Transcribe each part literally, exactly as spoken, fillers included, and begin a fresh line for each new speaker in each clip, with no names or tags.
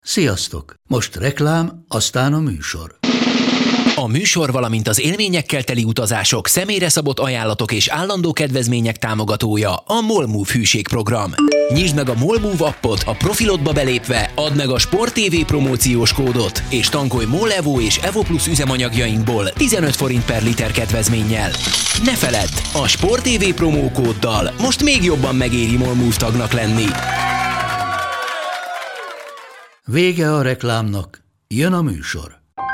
Sziasztok! Most reklám, aztán a műsor.
A műsor, valamint az élményekkel teli utazások, személyre szabott ajánlatok és állandó kedvezmények támogatója a MOLMOVE hűségprogram. Nyisd meg a MOLMOVE appot, a profilodba belépve add meg a Sport té vé promóciós kódot, és tankolj MOL Evo és Evo Plus üzemanyagjainkból tizenöt forint per liter kedvezménnyel. Ne feledd, a Sport té vé promókóddal most még jobban megéri MOLMOVE tagnak lenni.
Vége a reklámnak, jön a műsor.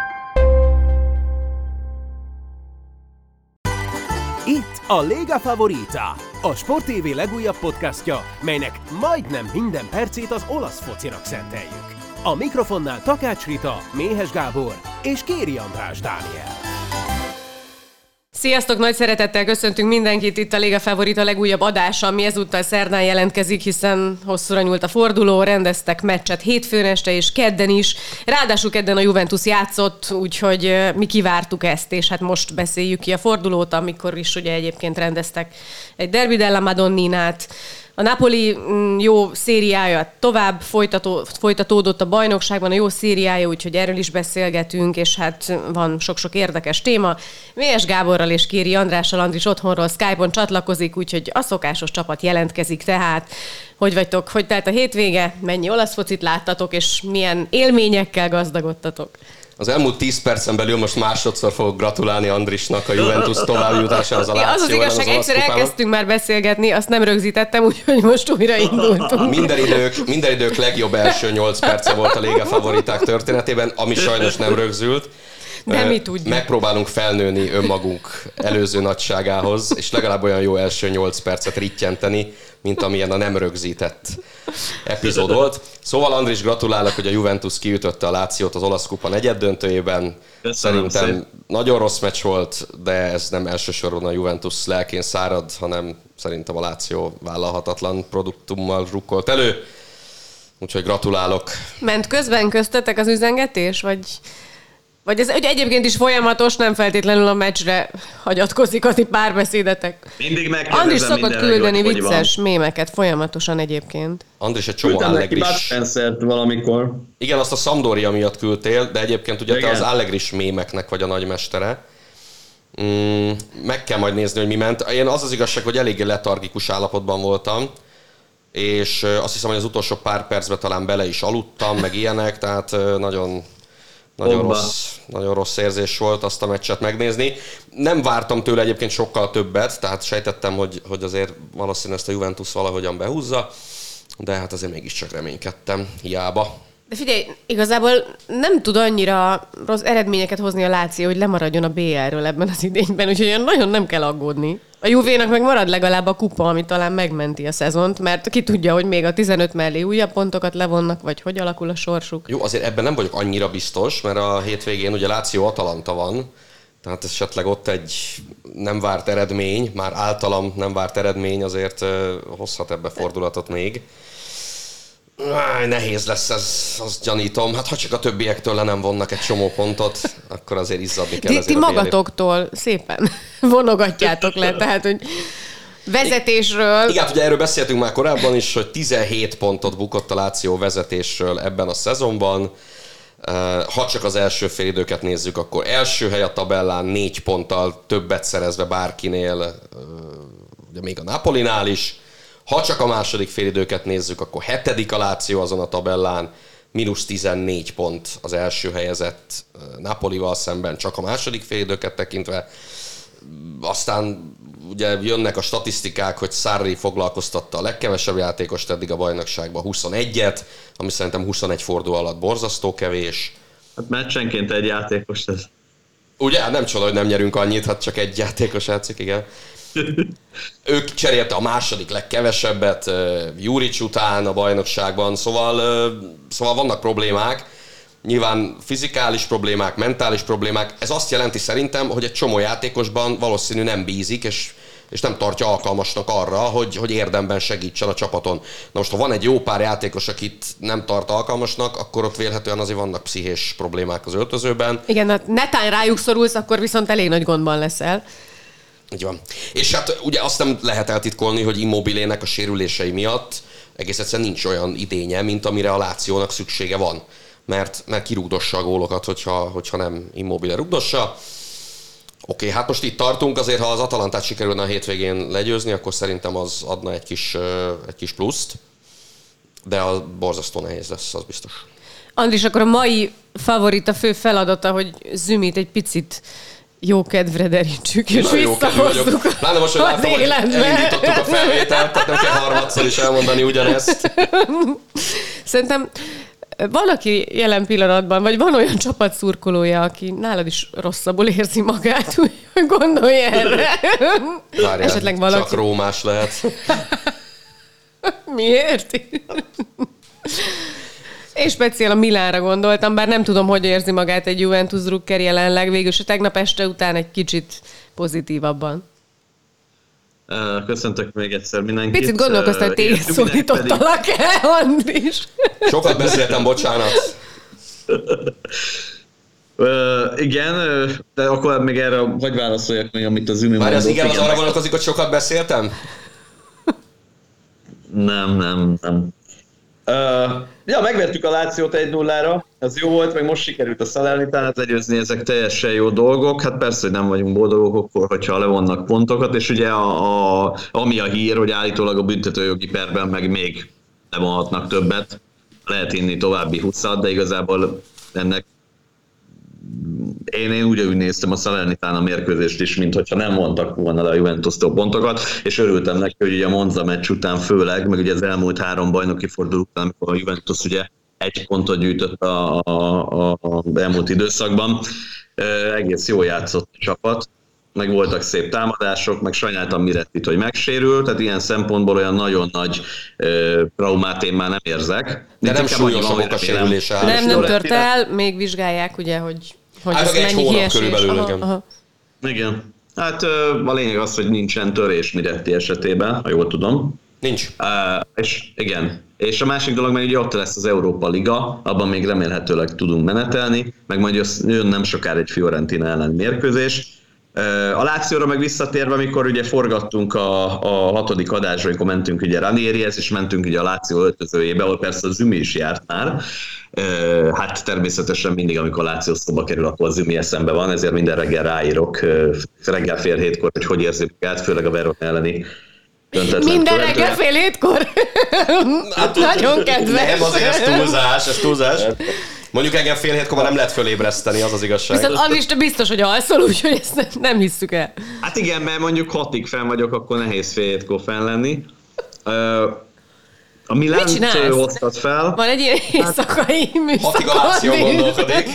Itt a Lega Favorita, a Sport té vé legújabb podcastja, melynek majdnem minden percét az olasz focinak szenteljük. A mikrofonnál Takács Rita, Méhes Gábor és Kéri András Dániel.
Sziasztok! Nagy szeretettel köszöntünk mindenkit itt a Lega Favorita legújabb adása, ami ezúttal szerdán jelentkezik, hiszen hosszúra nyúlt a forduló, rendeztek meccset hétfőn este és kedden is. Ráadásul kedden a Juventus játszott, úgyhogy mi kivártuk ezt, és hát most beszéljük ki a fordulót, amikor is ugye egyébként rendeztek egy Derby della Madonninát. A Napoli jó szériája tovább folytató, folytatódott a bajnokságban, a jó szériája, úgyhogy erről is beszélgetünk, és hát van sok-sok érdekes téma. Méhes Gáborral és Kéri Andrással, Andris otthonról Skype-on csatlakozik, úgyhogy a szokásos csapat jelentkezik tehát. Hogy vagytok? Hogy telt a hétvége? Mennyi olasz focit láttatok, és milyen élményekkel gazdagodtatok?
Az elmúlt tíz percen belül most másodszor fogok gratulálni Andrisnak a Juventus továbbjutásához a Láció.
Az az igazság, egyszer elkezdtünk már beszélgetni, azt nem rögzítettem, úgyhogy most újra indultunk.
Minden idők, minden idők legjobb első nyolc perce volt a Lega Favoriták történetében, ami sajnos nem rögzült.
De mi tudjuk.
Megpróbálunk felnőni önmagunk előző nagyságához, és legalább olyan jó első nyolc percet rittyenteni, mint amilyen a nem rögzített epizód volt. Szóval Andris, gratulálok, hogy a Juventus kiütötte a Lációt az olasz kupa negyeddöntőjében.
Köszönöm
Szerintem
szépen.
Nagyon rossz meccs volt, de ez nem elsősorban a Juventus lelkén szárad, hanem szerintem a Láció vállalhatatlan produktummal rukkolt elő. Úgyhogy gratulálok.
Ment közben köztetek az üzengetés, vagy... Vagy ez ugye egyébként is folyamatos, nem feltétlenül a meccsre hagyatkozik a ti párbeszédetek.
Mindig megkérdezem
Andris szokott
mindenre,
küldeni
hogy hogy
vicces
van.
mémeket folyamatosan egyébként.
Andris, egy csomó
Küldtem neki Bud
Allegris.
Spencert valamikor.
Igen, azt a Sampdoria miatt küldtél, de egyébként ugye
Igen.
te az Allegris mémeknek vagy a nagymestere. Mm, meg kell majd nézni, hogy mi ment. Én az az igazság, hogy eléggé letargikus állapotban voltam, és azt hiszem, hogy az utolsó pár percben talán bele is aludtam, meg ilyenek, tehát nagyon... Nagyon rossz, nagyon rossz érzés volt azt a meccset megnézni. Nem vártam tőle egyébként sokkal többet, tehát sejtettem, hogy, hogy azért valószínűleg ezt a Juventus valahogyan behúzza, de hát azért mégiscsak reménykedtem, hiába.
De figyelj, igazából nem tud annyira rossz eredményeket hozni a Láció, hogy lemaradjon a bé el-ről ebben az idényben, úgyhogy olyan nagyon nem kell aggódni. A Juvénak meg marad legalább a kupa, ami talán megmenti a szezont, mert ki tudja, hogy még a tizenöt mellé újabb pontokat levonnak, vagy hogy alakul a sorsuk.
Jó, azért ebben nem vagyok annyira biztos, mert a hétvégén ugye Láció Atalanta van, tehát esetleg ott egy nem várt eredmény, már általam nem várt eredmény azért hozhat ebbe fordulatot még. Áj, nehéz lesz ez, azt gyanítom. Hát ha csak a többiektől le nem vonnak egy csomó pontot, akkor azért izzadni kell.
Ti, ti magatoktól szépen vonogatjátok le, tehát hogy vezetésről...
Igen, ugye erről beszéltünk már korábban is, hogy tizenhét pontot bukott a Láció vezetésről ebben a szezonban. Ha csak az első félidőket nézzük, akkor első hely a tabellán négy ponttal többet szerezve bárkinél, ugye még a Napolinál is. Ha csak a második félidőket nézzük, akkor hetedik a Láció azon a tabellán, mínusz tizennégy pont az első helyezett Napolival szemben, csak a második félidőket tekintve. Aztán ugye jönnek a statisztikák, hogy Sarri foglalkoztatta a legkevesebb játékost eddig a bajnokságban, huszonegyet, ami szerintem huszonegy forduló alatt borzasztó kevés.
Hát meccsenként egy játékos ez.
Ugye? Nem csoda, hogy nem nyerünk annyit, hát csak egy játékos játszik, igen. Ők cserélte a második legkevesebbet Juric után a bajnokságban, szóval, szóval vannak problémák, nyilván fizikális problémák, mentális problémák. Ez azt jelenti szerintem, hogy egy csomó játékosban valószínű nem bízik, és, és nem tartja alkalmasnak arra, hogy, hogy érdemben segítsen a csapaton. Na most, ha van egy jó pár játékos, akit nem tart alkalmasnak, akkor ott vélhetően azért vannak pszichés problémák az öltözőben.
Igen, hát netán rájuk szorulsz, akkor viszont elég nagy gondban leszel.
Így van. És hát ugye azt nem lehet eltitkolni, hogy Immobilének a sérülései miatt egész egyszerűen nincs olyan idénye, mint amire a Lációnak szüksége van. Mert, mert kirúgdossa a gólokat, hogyha, hogyha nem Immobile rúgdossa. Oké, hát most itt tartunk, azért ha az Atalantát sikerülne a hétvégén legyőzni, akkor szerintem az adna egy kis, egy kis pluszt, de az borzasztó nehéz lesz, az biztos.
Andris, akkor a mai favorit a fő feladata, hogy Zümit egy picit jó kedvre derítsük, és visszahozzuk
Pláne most, hogy látom, hogy elindítottuk a felvételt, tehát nem kell harmadszor is elmondani ugyanezt.
Szerintem van, aki jelen pillanatban, vagy van olyan csapatszurkolója, aki nálad is rosszabbul érzi magát, hogy gondolj erre.
Várjál,
esetleg valaki.
Csak rómás lehet.
Miért? És speciál a Milánra gondoltam, bár nem tudom, hogy érzi magát egy Juventus drukker jelenleg, végülis a tegnap este után egy kicsit pozitívabban.
Köszöntök még egyszer mindenkit.
Picit gondolkoztam, hogy téged szólítottalak el, Andris.
Sokat beszéltem, bocsánat.
Uh, igen, de akkor még erre hogy válaszoljak még, amit az Ümi mondott.
Várj, az igen, az arra vonatkozik, hogy sokat beszéltem?
Nem, nem, nem. Uh, ja, megvertük a Lációt egy nullára, ez jó volt, meg most sikerült a Salernitánát legyőzni, ezek teljesen jó dolgok. Hát persze, hogy nem vagyunk boldogok akkor, hogyha levonnak pontokat, és ugye a, a, ami a hír, hogy állítólag a büntetőjogi perben meg még levonhatnak többet, lehet inni további húszat, de igazából ennek Én, én úgy, úgy néztem a Salernitán a mérkőzést is, mint hogyha nem vontak volna le a Juventus-tól pontokat, és örültem neki, hogy ugye a Monza meccs után főleg, meg ugye az elmúlt három bajnoki forduló után, amikor a Juventus ugye egy pontot gyűjtött a, a, a, a elmúlt időszakban, e, egész jól játszott a csapat, meg voltak szép támadások, meg sajnáltam Mirettit, hogy megsérült, tehát ilyen szempontból olyan nagyon nagy e, traumát én már nem érzek.
De nem súlyosabbak a sérülése.
Nem, nem tört el, még vizsgálják ugye, hogy hogy
hát
ez mennyi kiesés.
Körülbelül,
aha,
igen.
Aha.
Igen. Hát a lényeg az, hogy nincsen törés Miretti esetében, ha jól tudom.
Nincs.
Uh, és igen. És a másik dolog, meg ugye ott lesz az Európa Liga, abban még remélhetőleg tudunk menetelni, meg majd jön nem sokára egy Fiorentina ellen mérkőzés. A Lációra meg visszatérve, amikor ugye forgattunk a, a hatodik adásra, amikor mentünk ugye Ranierihez, és mentünk ugye a Láció öltözőjébe, ahol persze az Zümi is járt már. Hát természetesen mindig, amikor a Láció szóba kerül, akkor az Zümi eszembe van, ezért minden reggel ráírok, reggel fél hétkor, hogy hogy érzi magát, főleg a Verona elleni döntetlen.
Minden reggel fél hétkor? Hát, nagyon kedves.
Nem, azért ez túlzás, ez túlzás. Mondjuk engem fél hétkor már nem lehet fölébreszteni, az az igazság.
Viszont Andris, te biztos, hogy alszol, úgyhogy ezt nem, nem hisszük el.
Hát igen, mert mondjuk hatig fenn vagyok, akkor nehéz fél hétkor fenn lenni. A Milánt hoztad fel.
Van egy ilyen éjszakai műszak.
Hatig a Láció gondolkodik.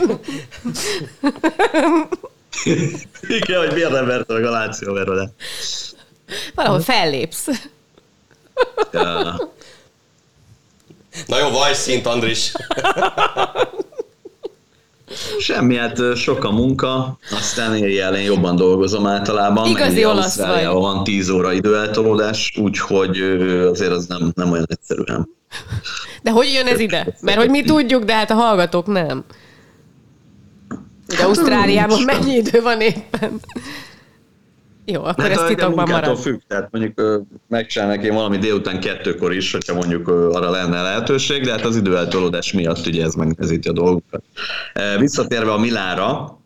Igen, hogy miért nem verte meg a Láció Verona.
Valahol fellépsz.
Ja.
Na jó, vajszint, Andris.
Semmi, hát sok a munka, aztán éjjel jobban dolgozom általában.
Igazi olasz vagy.
Van tíz óra időeltolódás, úgyhogy azért az nem, nem olyan egyszerűen.
De hogy jön ez ide? Mert hogy mi tudjuk, de hát a hallgatók nem. De Ausztráliában mennyi idő van éppen? Jó, akkor hát ez titokban marad.
Függ, tehát mondjuk megcsinálnak én valami délután kettőkor is, hogyha mondjuk arra lenne lehetőség, de hát az időeltolódás miatt ugye ez megnehezíti a dolgokat. Visszatérve a Milánra,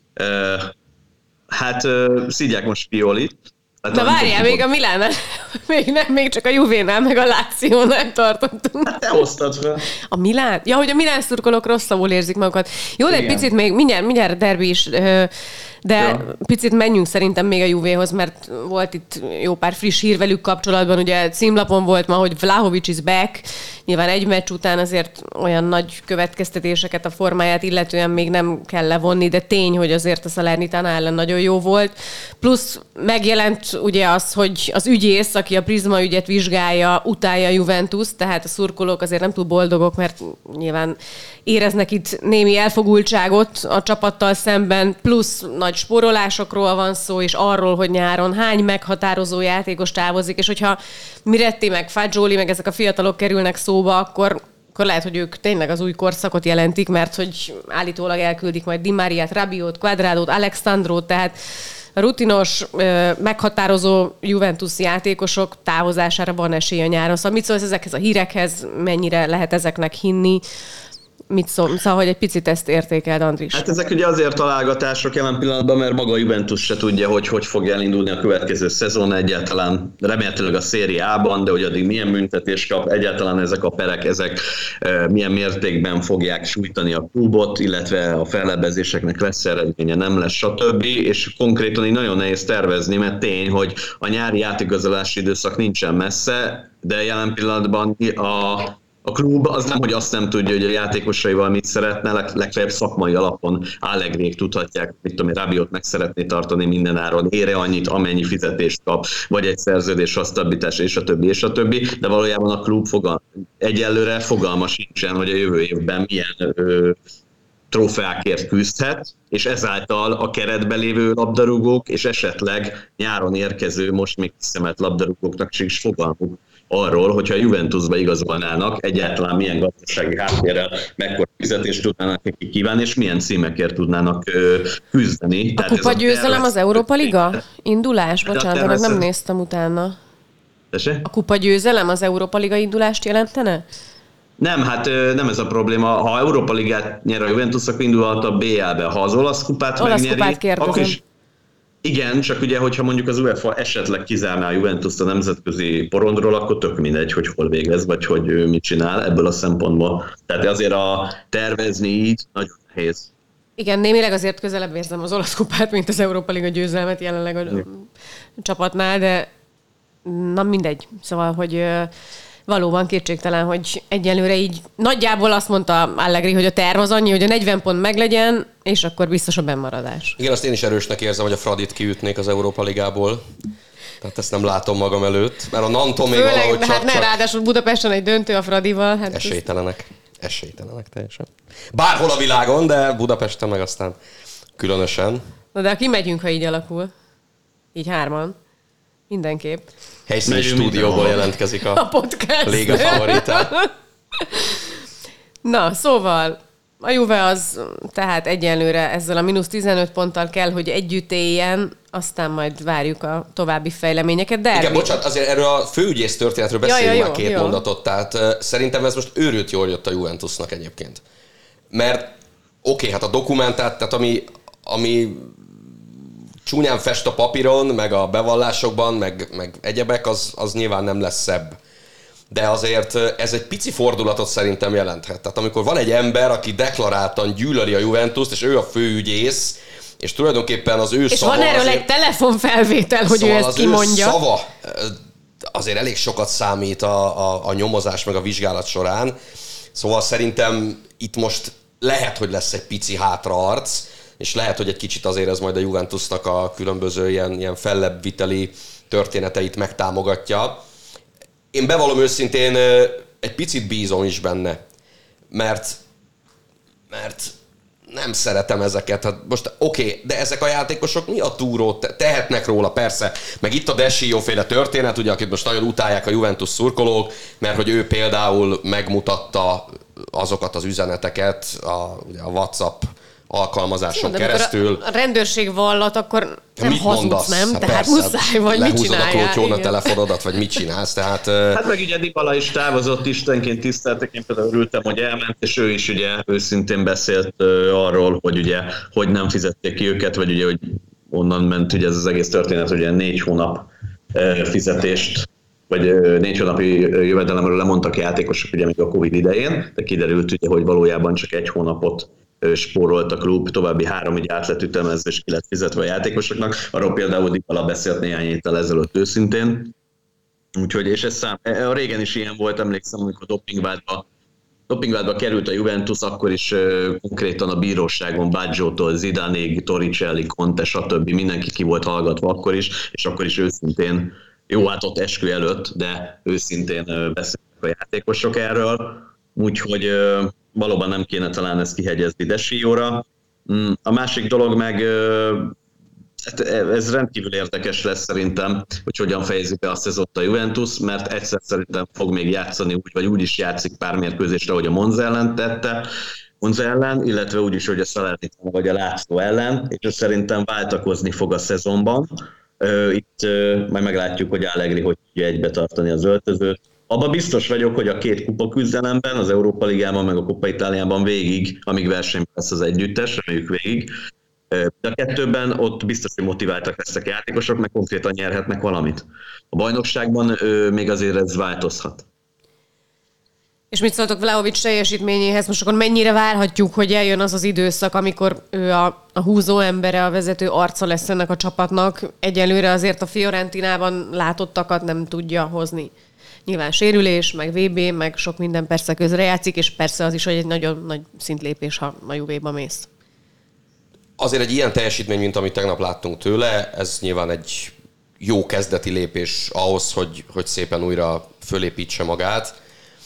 hát szidják most Piolit. Hát
na várjál, még a Milánál, még, nem, még csak a Juvénál, meg a Lációnál tartottunk.
Hát te hoztad fel.
A Milán? Ja, hogy a Milán szurkolók rosszabbul érzik magukat. Jó, de egy picit még, mindjárt, mindjárt derbi is, de ja. Picit menjünk szerintem még a Juvéhoz, mert volt itt jó pár friss hír velük kapcsolatban. Ugye címlapon volt ma, hogy Vlahovic is back. Nyilván egy meccs után azért olyan nagy következtetéseket a formáját illetően még nem kell levonni, de tény, hogy azért a Salernitana ellen nagyon jó volt. Plusz megjelent ugye az, hogy az ügyész, aki a Prisma ügyet vizsgálja, utálja a Juventus, tehát a szurkolók azért nem túl boldogok, mert nyilván éreznek itt némi elfogultságot a csapattal szemben, plusz nagy spórolásokról van szó, és arról, hogy nyáron hány meghatározó játékos távozik, és hogyha Miretti, meg Fagioli, meg ezek a fiatalok kerülnek szóba, akkor, akkor lehet, hogy ők tényleg az új korszakot jelentik, mert hogy állítólag elküldik majd Di Mariát, Rabiot, Quadradót, Alexandrót, tehát a rutinos, meghatározó Juventus játékosok távozására van esély a nyáron. Szóval mit szólsz ezekhez a hírekhez, mennyire lehet ezeknek hinni? Mit szól, szóval, hogy egy picit ezt értékeld, Andris?
Hát ezek ugye azért találgatások jelen pillanatban, mert maga a Juventus se tudja, hogy hogy fog elindulni a következő szezon egyáltalán, remélhetőleg a Serie A-ban, de hogy addig milyen büntetés kap, egyáltalán ezek a perek, ezek e, milyen mértékben fogják sújtani a klubot, illetve a fellebbezéseknek lesz eredménye, nem lesz, stb. És konkrétan így nagyon nehéz tervezni, mert tény, hogy a nyári játékigazolási időszak nincsen messze, de jelen pillanatban a A klub az nem, hogy azt nem tudja, hogy a játékosaival mit szeretne, legfeljebb szakmai alapon Allegriék tudhatják, mit tudom én, Rabiot meg szeretné tartani mindenáron, ére annyit, amennyi fizetést kap, vagy egy szerződés, a stabilitás, és a többi, és a többi, de valójában a klub fogal, egyelőre fogalma sincsen, hogy a jövő évben milyen ö, trófeákért küzdhet, és ezáltal a keretben lévő labdarúgók, és esetleg nyáron érkező, most még kiszemelt labdarúgóknak is fogalmuk arról, hogyha a Juventusba igazolnának, egyáltalán milyen gazdasági háttérrel, mekkora fizetést tudnának neki kívánni, és milyen címekért tudnának ö, küzdeni.
A kupa győzelem az Európa Liga? Indulás? Bocsánat, de meg nem néztem utána.
Tese?
A kupa győzelem az Európa Liga indulást jelentene?
Nem, hát nem ez a probléma. Ha Európa Ligát nyer a Juventus, akkor indulhat a bé el-be. Ha az olasz kupát
olasz
megnyeri,
kupát kérdezem.
akkor is igen, csak ugye, hogyha mondjuk az UEFA esetleg kizárná a Juventus a nemzetközi porondról, akkor tök mindegy, hogy hol végez, vagy hogy ő mit csinál ebből a szempontból. Tehát azért a tervezni így nagyon nehéz.
Igen, némileg azért közelebb érzem az olasz kupát, mint az Európa Liga győzelmet jelenleg a csapatnál, de na mindegy. Szóval, hogy valóban kétségtelen, hogy egyelőre így nagyjából azt mondta Allegri, hogy a terv az annyi, hogy a negyven pont meglegyen, és akkor biztos a bennmaradás.
Igen, azt én is erősnek érzem, hogy a Fradit kiütnék az Európa Ligából. Tehát ezt nem látom magam előtt, mert a Nanto még
főleg,
valahogy
de
csak,
hát ne,
csak...
ráadásul Budapesten egy döntő a Fradival. Hát
esélytelenek. Esélytelenek teljesen. Bárhol a világon, de Budapesten meg aztán különösen.
Na de aki megyünk, ha így alakul. Így hárman. Mindenképp.
Helyszíni stúdióból jelentkezik a,
a podcast.
Liga Favorita.
Na, szóval a Juve az tehát egyenlőre ezzel a mínusz tizenöt ponttal kell, hogy együtt éljen, aztán majd várjuk a további fejleményeket. De
igen, bocsánat, azért erről a főügyész történetről beszélünk ja, ja, már két jó. mondatot, tehát uh, szerintem ez most őrült jól jött a Juventusnak egyébként. Mert oké, okay, hát a dokumentált, tehát ami, ami csúnyán fest a papíron, meg a bevallásokban, meg, meg egyebek, az, az nyilván nem lesz szebb. De azért ez egy pici fordulatot szerintem jelenthet. Tehát amikor van egy ember, aki deklaráltan gyűlöli a Juventust, és ő a főügyész, és tulajdonképpen az ő
és
szava...
És van erről
azért,
egy telefonfelvétel, hogy
szóval
ő ezt kimondja.
Az ő szava azért elég sokat számít a, a, a nyomozás meg a vizsgálat során. Szóval szerintem itt most lehet, hogy lesz egy pici hátraarc, és lehet, hogy egy kicsit azért ez majd a Juventusnak a különböző ilyen, ilyen fellebbviteli történeteit megtámogatja. Én bevallom őszintén, egy picit bízom is benne, mert, mert nem szeretem ezeket. Hát most oké, okay, de ezek a játékosok mi a túrót tehetnek róla, persze. Meg itt a Desio-féle történet, ugye, akit most nagyon utálják a Juventus szurkolók, mert hogy ő például megmutatta azokat az üzeneteket a, ugye a WhatsApp alkalmazáson
de
keresztül.
A rendőrség vallat, akkor nem
mit
hazudsz,
mondasz?
nem?
Hát
Tehát
persze,
muszáj, vagy mit csináljál.
Lehúzod a klótyón a telefonodat, vagy mit csinálsz, tehát...
Hát meg ugye Dybala is távozott, istenként tiszteltek, én például örültem, hogy elment, és ő is ugye őszintén beszélt uh, arról, hogy ugye, hogy nem fizették ki őket, vagy ugye, hogy onnan ment ugye ez az egész történet, ugye négy hónap uh, fizetést, vagy uh, négy hónapi jövedelemről lemondtak játékosok ugye még a Covid idején, de kiderült ugye, hogy valójában csak egy hónapot spórolt a klub, további három így át lett ütemezve, és ki lett fizetve a játékosoknak. Arról például Dybala beszélt néhány héttel ezelőtt őszintén. Úgyhogy, és ez szám, régen is ilyen volt, emlékszem, amikor dopingvádba, dopingvádba került a Juventus, akkor is uh, konkrétan a bíróságon Baggio-tól Zidanéig, Torricelli, Conte, stb. Mindenki ki volt hallgatva akkor is, és akkor is őszintén, jó, hát ott eskü előtt, de őszintén uh, beszéltek a játékosok erről. Úgyhogy uh, valóban nem kéne talán ezt kihegyezni Desio-ra. A másik dolog meg, ez rendkívül érdekes lesz szerintem, hogy hogyan fejezik be a szezont a Juventus, mert egyszer szerintem fog még játszani úgy, vagy úgy is játszik pár mérkőzésre, ahogy a Monza ellen tette. Monza ellen, illetve úgyis, hogy a Salernitana vagy a Lazio ellen, és szerintem váltakozni fog a szezonban. Itt majd meglátjuk, hogy Allegri hogy tudja egybe tartani az öltözőt. Abban biztos vagyok, hogy a két kupa küzdelemben, az Európa Ligában, meg a Coppa Italiában végig, amíg versenyben lesz az együttes, reméljük végig, de a kettőben ott biztos, hogy motiváltak lesznek a játékosok, meg konkrétan nyerhetnek valamit. A bajnokságban még azért ez változhat.
És mit szóltok Vlahovics teljesítményéhez? Most akkor mennyire várhatjuk, hogy eljön az az időszak, amikor ő a, a húzó embere, a vezető arca lesz ennek a csapatnak? Egyelőre azért a Fiorentinában látottakat nem tudja hozni. Nyilván sérülés, meg vé bé, meg sok minden persze közrejátszik, és persze az is, hogy egy nagyon nagy szintlépés, ha a Juvéba mész.
Azért egy ilyen teljesítmény, mint amit tegnap láttunk tőle, ez nyilván egy jó kezdeti lépés ahhoz, hogy, hogy szépen újra fölépítse magát.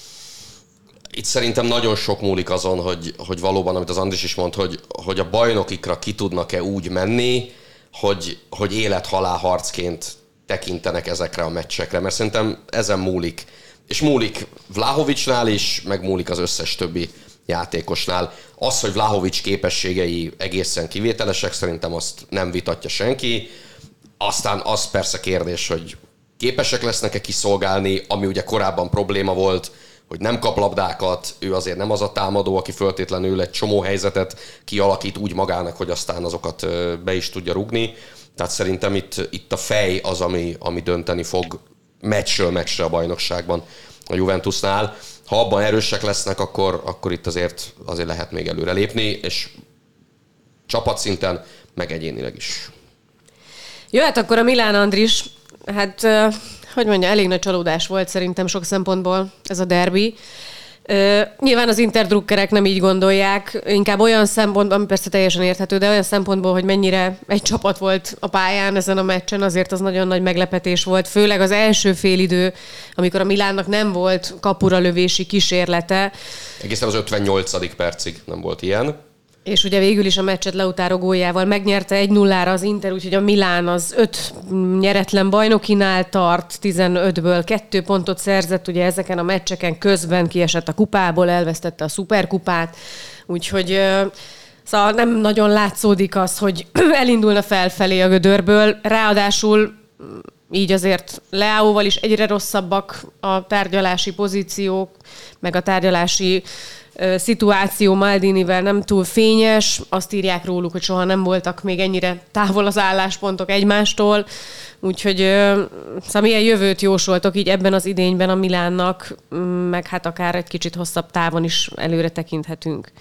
Itt szerintem nagyon sok múlik azon, hogy, hogy valóban, amit az Andris is mond, hogy, hogy a bajnokikra ki tudnak-e úgy menni, hogy, hogy élet-halál harcként tekintenek ezekre a meccsekre, mert szerintem ezen múlik. És múlik Vlahovicsnál is, meg múlik az összes többi játékosnál. Az, hogy Vlahovics képességei egészen kivételesek, szerintem azt nem vitatja senki. Aztán az persze kérdés, hogy képesek lesznek-e kiszolgálni, ami ugye korábban probléma volt, hogy nem kap labdákat, ő azért nem az a támadó, aki föltétlenül egy csomó helyzetet kialakít úgy magának, hogy aztán azokat be is tudja rugni. Tehát szerintem itt, itt a fej az, ami, ami dönteni fog meccsről meccsre a bajnokságban a Juventusnál. Ha abban erősek lesznek, akkor, akkor itt azért, azért lehet még előrelépni, és csapatszinten, meg egyénileg is.
Jöhet akkor a Milán, Andris. Hát, hogy mondja, elég nagy csalódás volt szerintem sok szempontból ez a derbi. Uh, nyilván az interdrukkerek nem így gondolják, inkább olyan szempontból, ami persze teljesen érthető, de olyan szempontból, hogy mennyire egy csapat volt a pályán ezen a meccsen, azért az nagyon nagy meglepetés volt, főleg az első félidő, amikor a Milánnak nem volt kapura lövési kísérlete.
Egészen az ötvennyolcadik percig nem volt ilyen.
És ugye végül is a meccset Lautaro góljával megnyerte egy nullára az Inter, úgyhogy a Milán az öt nyeretlen bajnokinál tart, tizenötből kettő pontot szerzett, ugye ezeken a meccseken közben kiesett a kupából, elvesztette a szuperkupát, úgyhogy szóval nem nagyon látszódik az, hogy elindulna felfelé a gödörből, ráadásul így azért Leaóval is egyre rosszabbak a tárgyalási pozíciók, meg a tárgyalási szituáció Maldinivel nem túl fényes, azt írják róluk, hogy soha nem voltak még ennyire távol az álláspontok egymástól, úgyhogy szóval milyen jövőt jósoltok így ebben az idényben a Milánnak, meg hát akár egy kicsit hosszabb távon is előre tekinthetünk.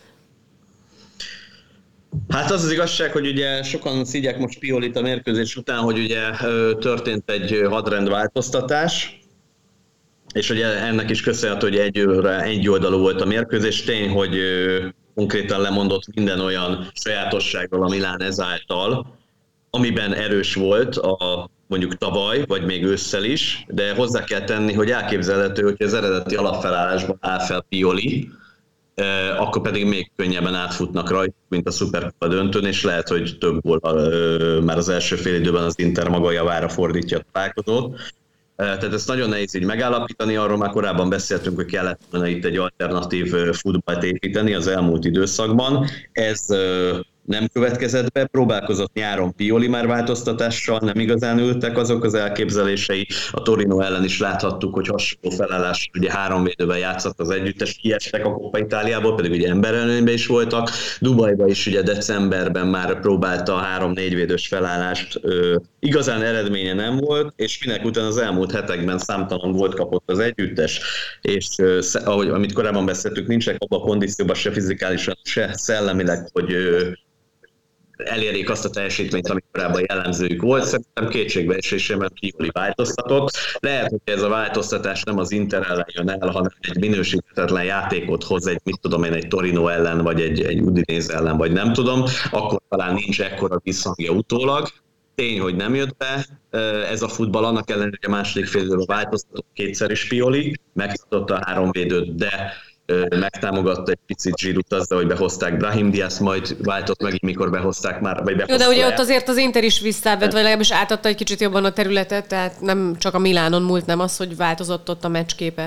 Hát az az igazság, hogy ugye sokan szígyek most Piolit a mérkőzés után, hogy ugye történt egy hadrendváltoztatás, és ugye ennek is köszönhető, hogy egyőre egyoldalú volt a mérkőzés. Tény, hogy konkrétan lemondott minden olyan sajátosságról a Milán ezáltal, amiben erős volt a mondjuk tavaly, vagy még ősszel is, de hozzá kell tenni, hogy elképzelhető, hogy az eredeti alapfelállásban áll fel Pioli, akkor pedig még könnyebben átfutnak rajta, mint a Szuperkupa döntőn, és lehet, hogy több gól már az első fél időben az Inter maga javára fordítja a találkozót. Tehát ezt nagyon nehéz így megállapítani, arról már korábban beszéltünk, hogy kellett volna itt egy alternatív futballt építeni az elmúlt időszakban. Ez nem következett be, próbálkozott nyáron Pioli már változtatással, nem igazán ültek azok az elképzelései. A Torino ellen is láthattuk, hogy hasonló felállás, ugye három védővel játszott az együttes, kiestek a Coppa Itáliából, pedig ugye emberelőnyben is voltak. Dubajban is ugye decemberben már próbálta a három-négy védős felállást, ö, igazán eredménye nem volt, és minek után az elmúlt hetekben számtalan volt kapott az együttes, és ö, ahogy, amit korábban beszéltük, nincsenek abban a kondícióban se fizikálisan, se szellemileg, hogy ö, elérjék azt a teljesítményt, ami korábban jellemzőjük volt. Szerintem kétségbeesésében Pioli változtatott. Lehet, hogy ez a változtatás nem az Inter ellen jön el, hanem egy minősíthetetlen játékot hoz egy, mit tudom én, egy Torino ellen, vagy egy, egy Udinese ellen, vagy nem tudom, akkor talán nincs ekkora visszhangja utólag. Tény, hogy nem jött be ez a futball, annak ellenére, hogy a második fél időben változtatott kétszer is Pioli, megtartotta a három védőt, de megtámogatta egy picit Giroud azzal, hogy behozták Brahim Diaz, majd váltott meg, mikor behozták már, vagy behozták.
Jó, de ugye ott azért az Inter is visszavett, vagy legalábbis átadta egy kicsit jobban a területet, tehát nem csak a Milánon múlt, nem az, hogy változott ott a meccsképe.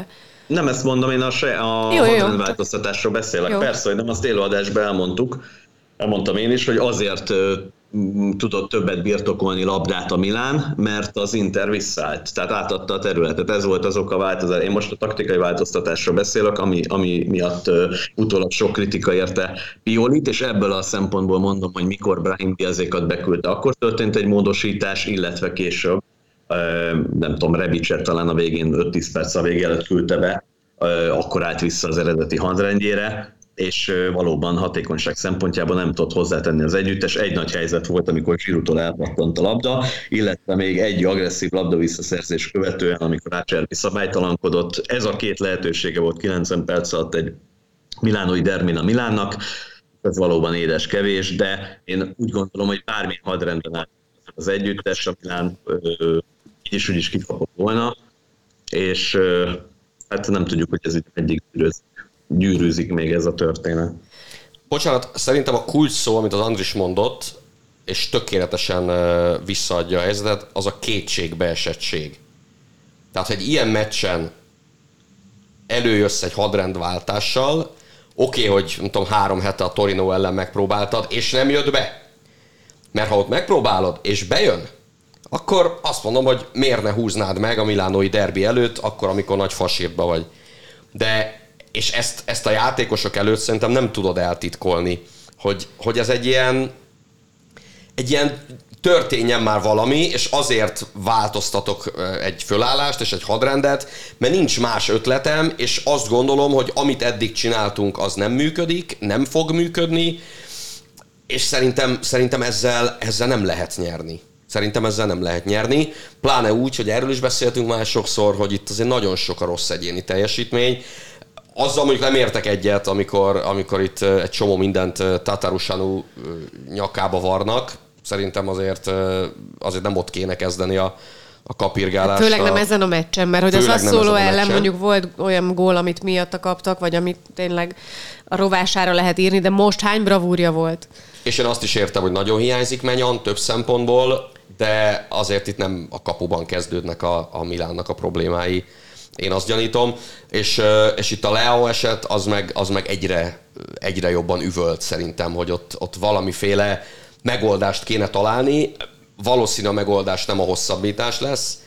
Nem ezt mondom, én a, se, a hadrendváltoztatásról beszélek. Jó. Persze, hogy nem azt élőadásban elmondtuk. Elmondtam én is, hogy azért tudott többet birtokolni labdát a Milán, mert az Inter visszaállt, tehát átadta a területet. Ez volt az oka változás. Én most a taktikai változtatásról beszélek, ami, ami miatt uh, utólag sok kritika érte Piolit, és ebből a szempontból mondom, hogy mikor Brahim Diazékat beküldte, akkor történt egy módosítás, illetve később, uh, nem tudom, Rebicset talán a végén öt-tíz perc a vége előtt küldte be, uh, akkor állt vissza az eredeti hadrendjére, és valóban hatékonyság szempontjából nem tudott hozzátenni az együttes. Egy nagy helyzet volt, amikor Giroudtól elpattant a labda, illetve még egy agresszív labda visszaszerzés követően, amikor Acerbi szabálytalankodott. Ez a két lehetősége volt kilencven perc alatt egy milánói derbin a Milánnak. Ez valóban édes kevés, de én úgy gondolom, hogy bármilyen hadrendben áll az együttes, a Milán így is úgy is kikapott volna, és hát nem tudjuk, hogy ez így eddig gyűrűzik. gyűrűzik még ez a történet.
Bocsánat, szerintem a kulcs szó, amit az Andris mondott, és tökéletesen visszaadja a helyzetet, az a kétségbeesettség. Tehát, hogy ilyen meccsen előjössz egy hadrendváltással, oké, okay, hogy nem tudom, három hete a Torino ellen megpróbáltad, és nem jött be. Mert ha ott megpróbálod, és bejön, akkor azt mondom, hogy miért ne húznád meg a milánói derbi előtt, akkor, amikor nagy fasírtba vagy. De és ezt, ezt a játékosok előtt szerintem nem tudod eltitkolni, hogy, hogy ez egy ilyen, egy ilyen történjen már valami, és azért változtatok egy fölállást és egy hadrendet, mert nincs más ötletem, és azt gondolom, hogy amit eddig csináltunk, az nem működik, nem fog működni, és szerintem, szerintem ezzel, ezzel nem lehet nyerni. Szerintem ezzel nem lehet nyerni, pláne úgy, hogy erről is beszéltünk már sokszor, hogy itt azért nagyon sok a rossz egyéni teljesítmény. Azzal mondjuk nem értek egyet, amikor, amikor itt egy csomó mindent Tatarusanu nyakába varnak. Szerintem azért, azért nem ott kéne kezdeni a, a kapirgálást.
Hát főleg nem ezen a meccsen, mert hogy az Sassuolo ellen mondjuk volt olyan gól, amit miatta kaptak, vagy amit tényleg a rovására lehet írni, de most hány bravúrja volt?
És én azt is értem, hogy nagyon hiányzik Maignan több szempontból, de azért itt nem a kapuban kezdődnek a, a Milánnak a problémái. Én azt gyanítom, és, és itt a Leao eset az meg, az meg egyre, egyre jobban üvölt szerintem, hogy ott, ott valamiféle megoldást kéne találni. Valószínű a megoldás nem a hosszabbítás lesz,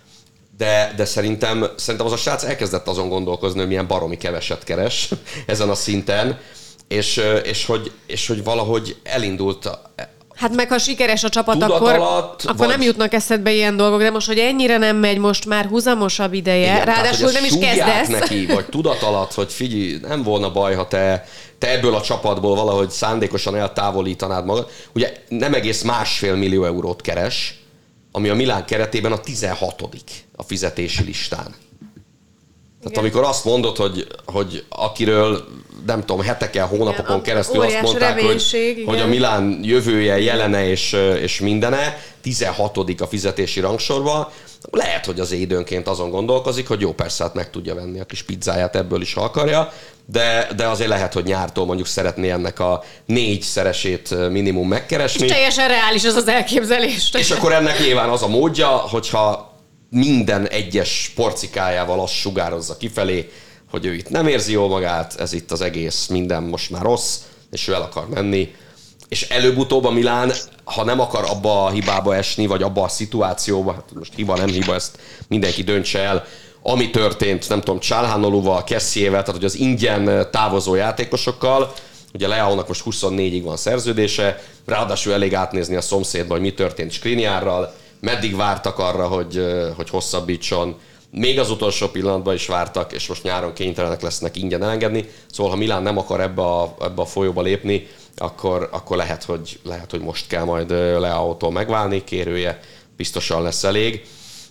de, de szerintem, szerintem az a srác elkezdett azon gondolkozni, hogy milyen baromi keveset keres ezen a szinten, és, és, hogy, és hogy valahogy elindult.
Hát meg ha sikeres a csapat, akkor,
alatt,
akkor vagy... nem jutnak eszedbe ilyen dolgok, de most, hogy ennyire nem megy, most már húzamosabb ideje,
igen,
ráadásul
tehát,
nem is kezdesz.
neki, vagy tudat alatt, hogy figyelj, nem volna baj, ha te, te ebből a csapatból valahogy szándékosan eltávolítanád magad. Ugye nem egész másfél millió eurót keres, ami a Milán keretében a tizenhatodik a fizetési listán. Tehát igen. Amikor azt mondod, hogy, hogy akiről nem tudom, heteken, hónapokon igen, keresztül azt mondták, hogy, hogy a Milán jövője, jelene és, és mindene, tizenhatodik a fizetési rangsorba, lehet, hogy az időnként azon gondolkozik, hogy jó, persze, hát meg tudja venni a kis pizzáját ebből is, ha akarja, de, de azért lehet, hogy nyártól mondjuk szeretné ennek a négyszeresét minimum megkeresni.
És teljesen reális az az elképzelés.
És akkor ennek nyilván az a módja, hogyha minden egyes porcikájával azt sugározza kifelé, hogy ő itt nem érzi jól magát, ez itt az egész, minden most már rossz, és ő el akar menni. És előbb-utóbb a Milán, ha nem akar abba a hibába esni, vagy abba a szituációba, hát most hiba, nem hiba, ezt mindenki döntse el, ami történt, nem tudom, Calhanogluval, Kessiével, tehát hogy az ingyen távozó játékosokkal, ugye Leaónak most huszonnégyig van szerződése, ráadásul elég átnézni a szomszédba, hogy mi történt Skriniarral, meddig vártak arra, hogy, hogy hosszabbítson, még az utolsó pillanatban is vártak, és most nyáron kénytelenek lesznek ingyen elengedni. Szóval, ha Milán nem akar ebbe a, ebbe a folyóba lépni, akkor, akkor lehet, hogy, lehet, hogy most kell majd Leaótól megválni, kérője biztosan lesz elég.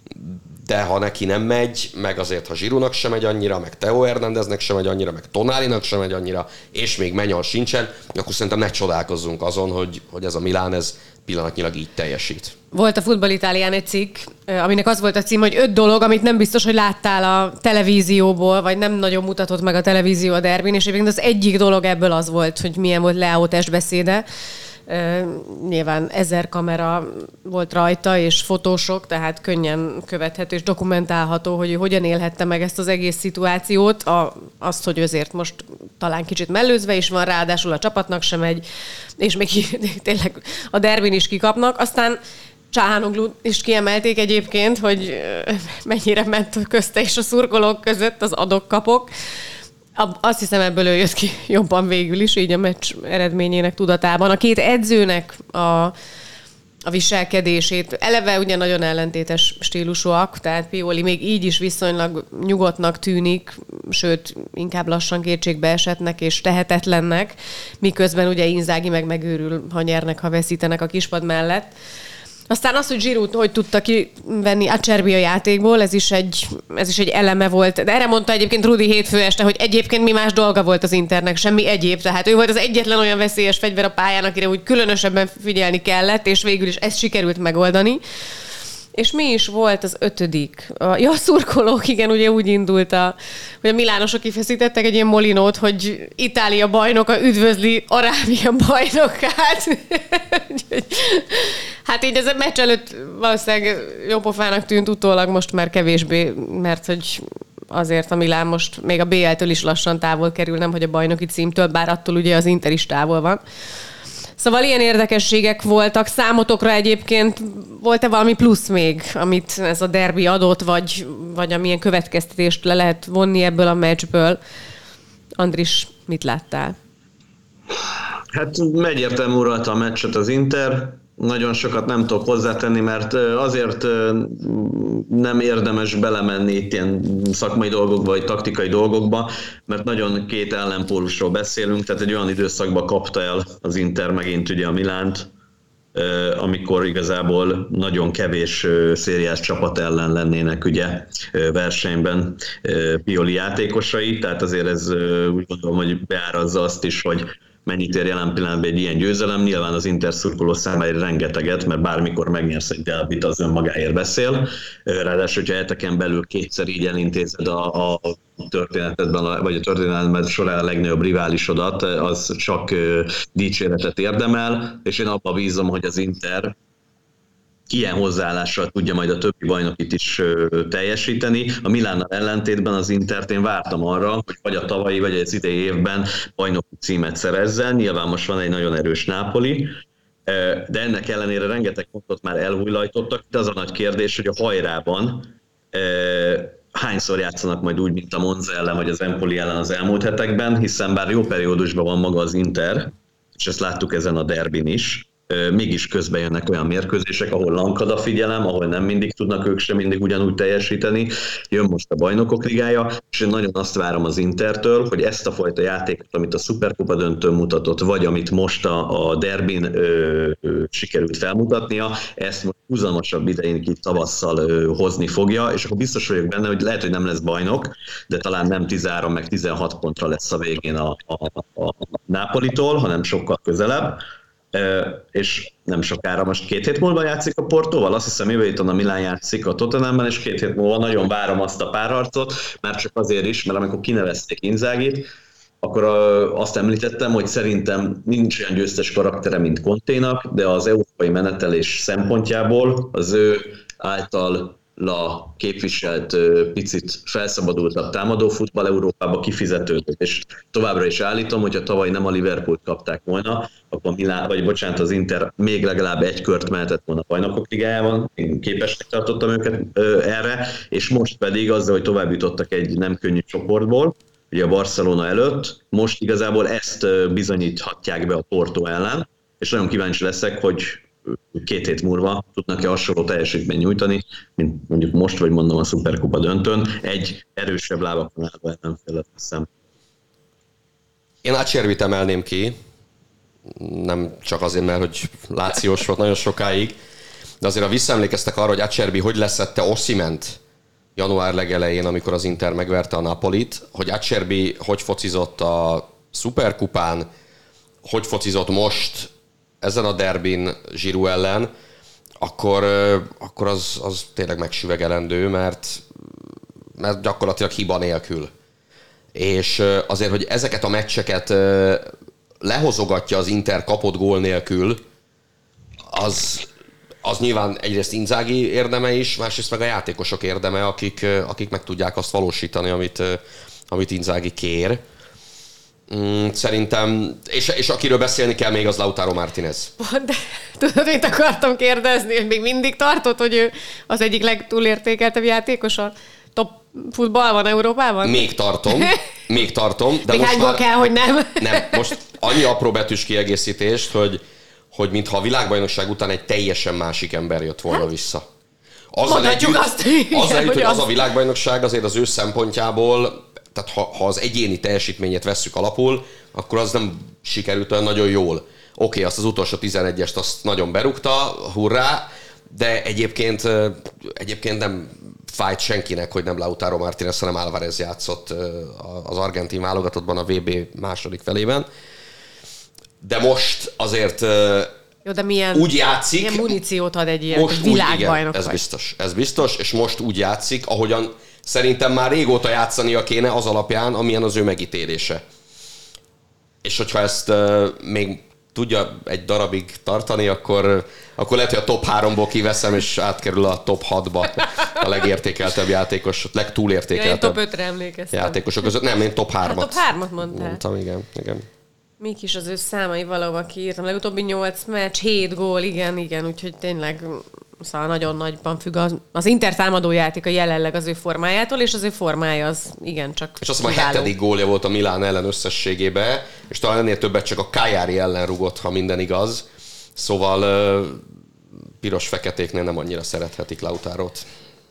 De ha neki nem megy, meg azért, ha Giroudnak sem megy annyira, meg Theo Hernándeznek sem megy annyira, meg Tonalinak sem megy annyira, és még Maignan sincsen, akkor szerintem ne csodálkozzunk azon, hogy, hogy ez a Milán, ez pillanatnyilag így teljesít.
Volt a Futball Itálián egy cikk, aminek az volt a cím, hogy öt dolog, amit nem biztos, hogy láttál a televízióból, vagy nem nagyon mutatott meg a televízió a derbin, és egyébként az egyik dolog ebből az volt, hogy milyen volt Leao testbeszéde. Nyilván ezer kamera volt rajta, és fotósok, tehát könnyen követhető és dokumentálható, hogy ő hogyan élhette meg ezt az egész szituációt. A, azt, hogy azért most talán kicsit mellőzve is van, ráadásul a csapatnak sem megy, és még tényleg a derbin is kikapnak. Aztán Csáhánoglu is kiemelték egyébként, hogy mennyire ment közte és a szurkolók között az adok-kapok. Azt hiszem, ebből ő jött ki jobban végül is, így a meccs eredményének tudatában. A két edzőnek a, a viselkedését, eleve ugye nagyon ellentétes stílusúak, tehát Pioli még így is viszonylag nyugodtnak tűnik, sőt, inkább lassan kétségbe esetnek és tehetetlennek, miközben ugye Inzaghi meg megőrül, ha nyernek, ha veszítenek a kispad mellett. Aztán az, hogy Giroud hogy tudta kivenni Acerbi a játékból, ez is, egy, ez is egy eleme volt. De erre mondta egyébként Rudi hétfő este, hogy egyébként mi más dolga volt az Internek, semmi egyéb. Tehát ő volt az egyetlen olyan veszélyes fegyver a pályán, akire úgy különösebben figyelni kellett, és végül is ezt sikerült megoldani. És mi is volt az ötödik? A, ja, a szurkolók, igen, ugye úgy indult, a, hogy a milánosok kifeszítettek egy ilyen molinót, hogy Itália bajnoka üdvözli Arábia bajnokát. Hát így ez a meccs előtt valószínűleg jópofának tűnt, utólag most már kevésbé, mert hogy azért a Milán most még a bé el-től is lassan távol kerül, nem hogy a bajnoki címtől, bár attól ugye az Inter is távol van. Szóval ilyen érdekességek voltak. Számotokra egyébként volt-e valami plusz még, amit ez a derbi adott, vagy, vagy amilyen következtetést le lehet vonni ebből a meccsből? Andris, mit láttál?
Hát egyértelmű uralta a meccset az Inter. Nagyon sokat nem tudok hozzátenni, mert azért nem érdemes belemenni itt ilyen szakmai dolgokba, vagy taktikai dolgokba, mert nagyon két ellenpólusról beszélünk, tehát egy olyan időszakban kapta el az Inter megint ugye a Milánt, amikor igazából nagyon kevés szériás csapat ellen lennének ugye versenyben Pioli játékosai, tehát azért ez úgy gondolom, hogy beárazza azt is, hogy mennyit ér jelen pillanatban egy ilyen győzelem. Nyilván az Inter szurkoló számára rengeteget, mert bármikor megnyersz egy derbit, az önmagáért beszél. Ráadásul, hogyha eteken belül kétszer így elintézed a, a történetedben, vagy a történetben során a legnagyobb riválisodat, az csak dicséretet érdemel, és én abba bízom, hogy az Inter ilyen hozzáállással tudja majd a többi bajnokit is teljesíteni. A Milánnal ellentétben az Intert én vártam arra, hogy vagy a tavalyi, vagy az idei évben bajnoki címet szerezzen. Nyilván most van egy nagyon erős Napoli, de ennek ellenére rengeteg pontot már elhújlajtottak. De az a nagy kérdés, hogy a hajrában hányszor játszanak majd úgy, mint a Monza ellen, vagy az Empoli ellen az elmúlt hetekben, hiszen bár jó periódusban van maga az Inter, és ezt láttuk ezen a derbin is, mégis közben jönnek olyan mérkőzések, ahol lankad a figyelem, ahol nem mindig tudnak ők sem mindig ugyanúgy teljesíteni. Jön most a Bajnokok Ligája, és én nagyon azt várom az Intertől, hogy ezt a fajta játékot, amit a Szuperkupa döntőn mutatott, vagy amit most a, a derbin ö, ö, sikerült felmutatnia, ezt most húzamosabb idején itt tavasszal ö, hozni fogja, és akkor biztos vagyok benne, hogy lehet, hogy nem lesz bajnok, de talán nem tizenhárom meg tizenhat pontra lesz a végén a, a, a Nápolitól, hanem sokkal közelebb. Uh, és nem sokára, most két hét múlva játszik a Portóval, azt hiszem jövő héten a Milán játszik a Tottenhamben, és két hét múlva nagyon várom azt a párharcot, már csak azért is, mert amikor kinevezték Inzagit, akkor uh, azt említettem, hogy szerintem nincs olyan győztes karaktere, mint Conténak, de az európai menetelés szempontjából az ő által la képviselt picit felszabadultabb támadó futball Európába kifizetődött, és továbbra is állítom, hogyha tavaly nem a Liverpoolt kapták volna, akkor Milán, vagy bocsánat, az Inter még legalább egy kört mehetett volna a Bajnokok Ligájában, én képesnek tartottam őket erre, és most pedig azzal, hogy tovább jutottak egy nem könnyű csoportból, ugye a Barcelona előtt, most igazából ezt bizonyíthatják be a Porto ellen, és nagyon kíváncsi leszek, hogy két hét múlva tudnak-e hasonló teljesítményt nyújtani, mint mondjuk most, vagy mondom a Szuperkupa döntőn, egy erősebb lábakon állva ellenfélet hiszem.
Én Acerbit emelném ki, nem csak azért, mert hogy lációs volt nagyon sokáig, de azért ha visszaemlékeztek arra, hogy Acerbi hogy leszette Osimhent január legelején, amikor az Inter megverte a Napolit, hogy Acerbi hogy focizott a Szuperkupán, hogy focizott most ezen a derbin Giroud ellen, akkor, akkor az, az tényleg megsüvegelendő, mert, mert gyakorlatilag hiba nélkül. És azért, hogy ezeket a meccseket lehozogatja az Inter kapott gól nélkül, az, az nyilván egyrészt Inzaghi érdeme is, másrészt meg a játékosok érdeme, akik, akik meg tudják azt valósítani, amit, amit Inzaghi kér. Szerintem, és, és akiről beszélni kell még, az Lautaro Martínez.
De tudod, mit akartam kérdezni, hogy még mindig tartott, hogy ő az egyik legtúlértékeltebb játékos a top futballban Európában?
Még tartom, még tartom. De
még
most
hányból
már,
kell, hogy nem?
Nem, most annyi apró betűs kiegészítést, hogy, hogy mintha a világbajnokság után egy teljesen másik ember jött volna hát? vissza. Azzal
Mondhatjuk
együtt,
azt, igen,
azzal együtt, hogy az
az...
a világbajnokság azért az ő szempontjából, tehát ha, ha az egyéni teljesítményét vesszük alapul, akkor az nem sikerült olyan nagyon jól. Oké, okay, azt az utolsó tizenegyest azt nagyon berúgta, hurrá, de egyébként, egyébként nem fájt senkinek, hogy nem Lautaro Martínez, hanem Álvarez játszott az argentin válogatottban a vé bé második felében. De most azért
jó, de milyen,
úgy játszik...
milyen muníciót ad egy ilyen világbajnok.
Ez biztos, ez biztos, és most úgy játszik, ahogyan szerintem már régóta játszania kéne az alapján, amilyen az ő megítélése. És hogyha ezt uh, még tudja egy darabig tartani, akkor, akkor lehet, hogy a top háromból kiveszem, és átkerül a top hatba a legértékeltebb játékos, a legtúlértékeltebb
ja, én top ötre emlékeztem.
játékosok között. Nem, én top hármat.
Hát top hármat mondtál.
Mondtam, igen, igen.
Mik is az ő számai valahol kiírtam. Legutóbbi nyolc meccs, hét gól, igen, igen, úgyhogy tényleg szóval nagyon nagyban függ az, az Inter támadójátéka jelenleg az ő formájától, és az ő formája az igencsak
és azt mondom, a hetedik gólja volt a Milán ellen összességében, és talán ennél többet csak a Cagliari ellen rugott, ha minden igaz. Szóval piros-feketéknél nem annyira szerethetik Lautarót.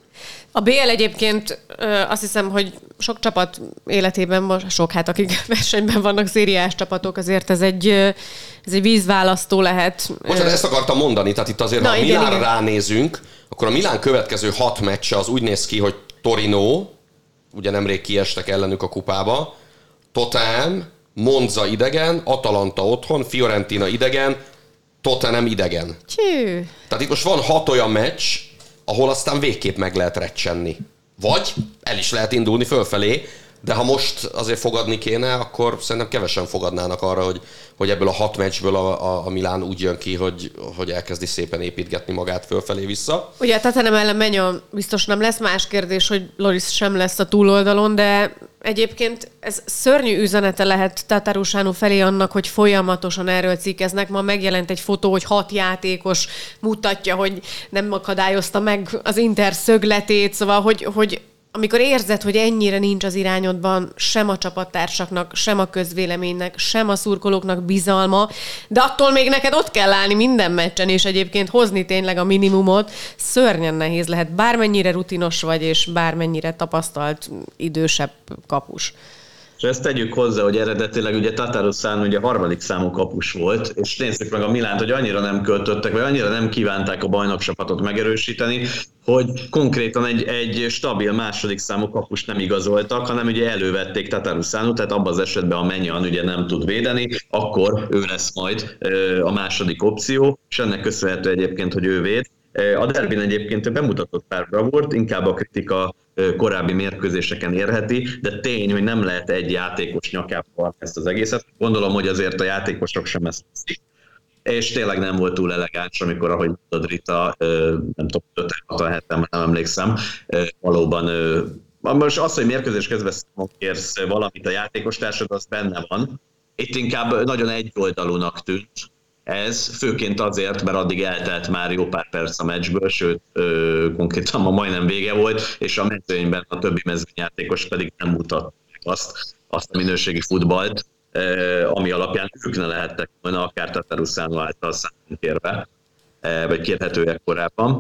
A bé el egyébként azt hiszem, hogy sok csapat életében, sok hát akik versenyben vannak, szériás csapatok, azért ez egy, ez egy vízválasztó lehet.
Bocsánat, ezt akartam mondani, tehát itt azért, Na, ha a Milánra ránézünk, akkor a Milán következő hat meccse az úgy néz ki, hogy Torino, ugye nemrég kiestek ellenük a kupába, Tottenham, Monza idegen, Atalanta otthon, Fiorentina idegen, Tottenham idegen.
Csű.
Tehát itt most van hat olyan meccs, ahol aztán végképp meg lehet recsenni. Vagy el is lehet indulni fölfelé, de ha most azért fogadni kéne, akkor szerintem kevesen fogadnának arra, hogy, hogy ebből a hat meccsből a, a, a Milán úgy jön ki, hogy, hogy elkezdi szépen építgetni magát fölfelé vissza.
Ugye a Tottenham ellen Menyon biztos nem lesz, más kérdés, hogy Loris sem lesz a túloldalon, de egyébként ez szörnyű üzenete lehet Tatarusanu felé annak, hogy folyamatosan erről cikkeznek. Ma megjelent egy fotó, hogy hat játékos mutatja, hogy nem akadályozta meg az Inter szögletét, szóval, hogy, hogy amikor érzed, hogy ennyire nincs az irányodban sem a csapattársaknak, sem a közvéleménynek, sem a szurkolóknak bizalma, de attól még neked ott kell állni minden meccsen, és egyébként hozni tényleg a minimumot, szörnyen nehéz lehet, bármennyire rutinos vagy, és bármennyire tapasztalt idősebb kapus.
És ezt tegyük hozzá, hogy eredetileg ugye Tatarusanu ugye harmadik számú kapus volt, és nézzük meg a Milánt, hogy annyira nem költöttek, vagy annyira nem kívánták a bajnokcsapatot megerősíteni, hogy konkrétan egy, egy stabil második számú kapust nem igazoltak, hanem ugye elővették Tatarusanu, tehát abban az esetben a Menyan ugye nem tud védeni, akkor ő lesz majd a második opció, és ennek köszönhető egyébként, hogy ő véd. A derbin egyébként bemutatott pár bravúrt, inkább a kritika korábbi mérkőzéseken érheti, de tény, hogy nem lehet egy játékos nyakába ezt az egészet. Gondolom, hogy azért a játékosok sem ezt teszik. És tényleg nem volt túl elegáns, amikor, ahogy mondod Rita, nem tudom, ötven heten, nem emlékszem, valóban most az, hogy mérkőzés közben számon kérsz valamit a játékostársad, az benne van. Itt inkább nagyon egyoldalúnak tűnt ez, főként azért, mert addig eltelt már jó pár perc a meccsből, sőt, ö, konkrétan ma majdnem vége volt, és a mezőnyben a többi mezőnyjátékos pedig nem mutatták azt, azt a minőségi futballt, ö, ami alapján ők ne lehettek volna akár Tatarusanu által számon kérve, ö, vagy kérhetőek korábban.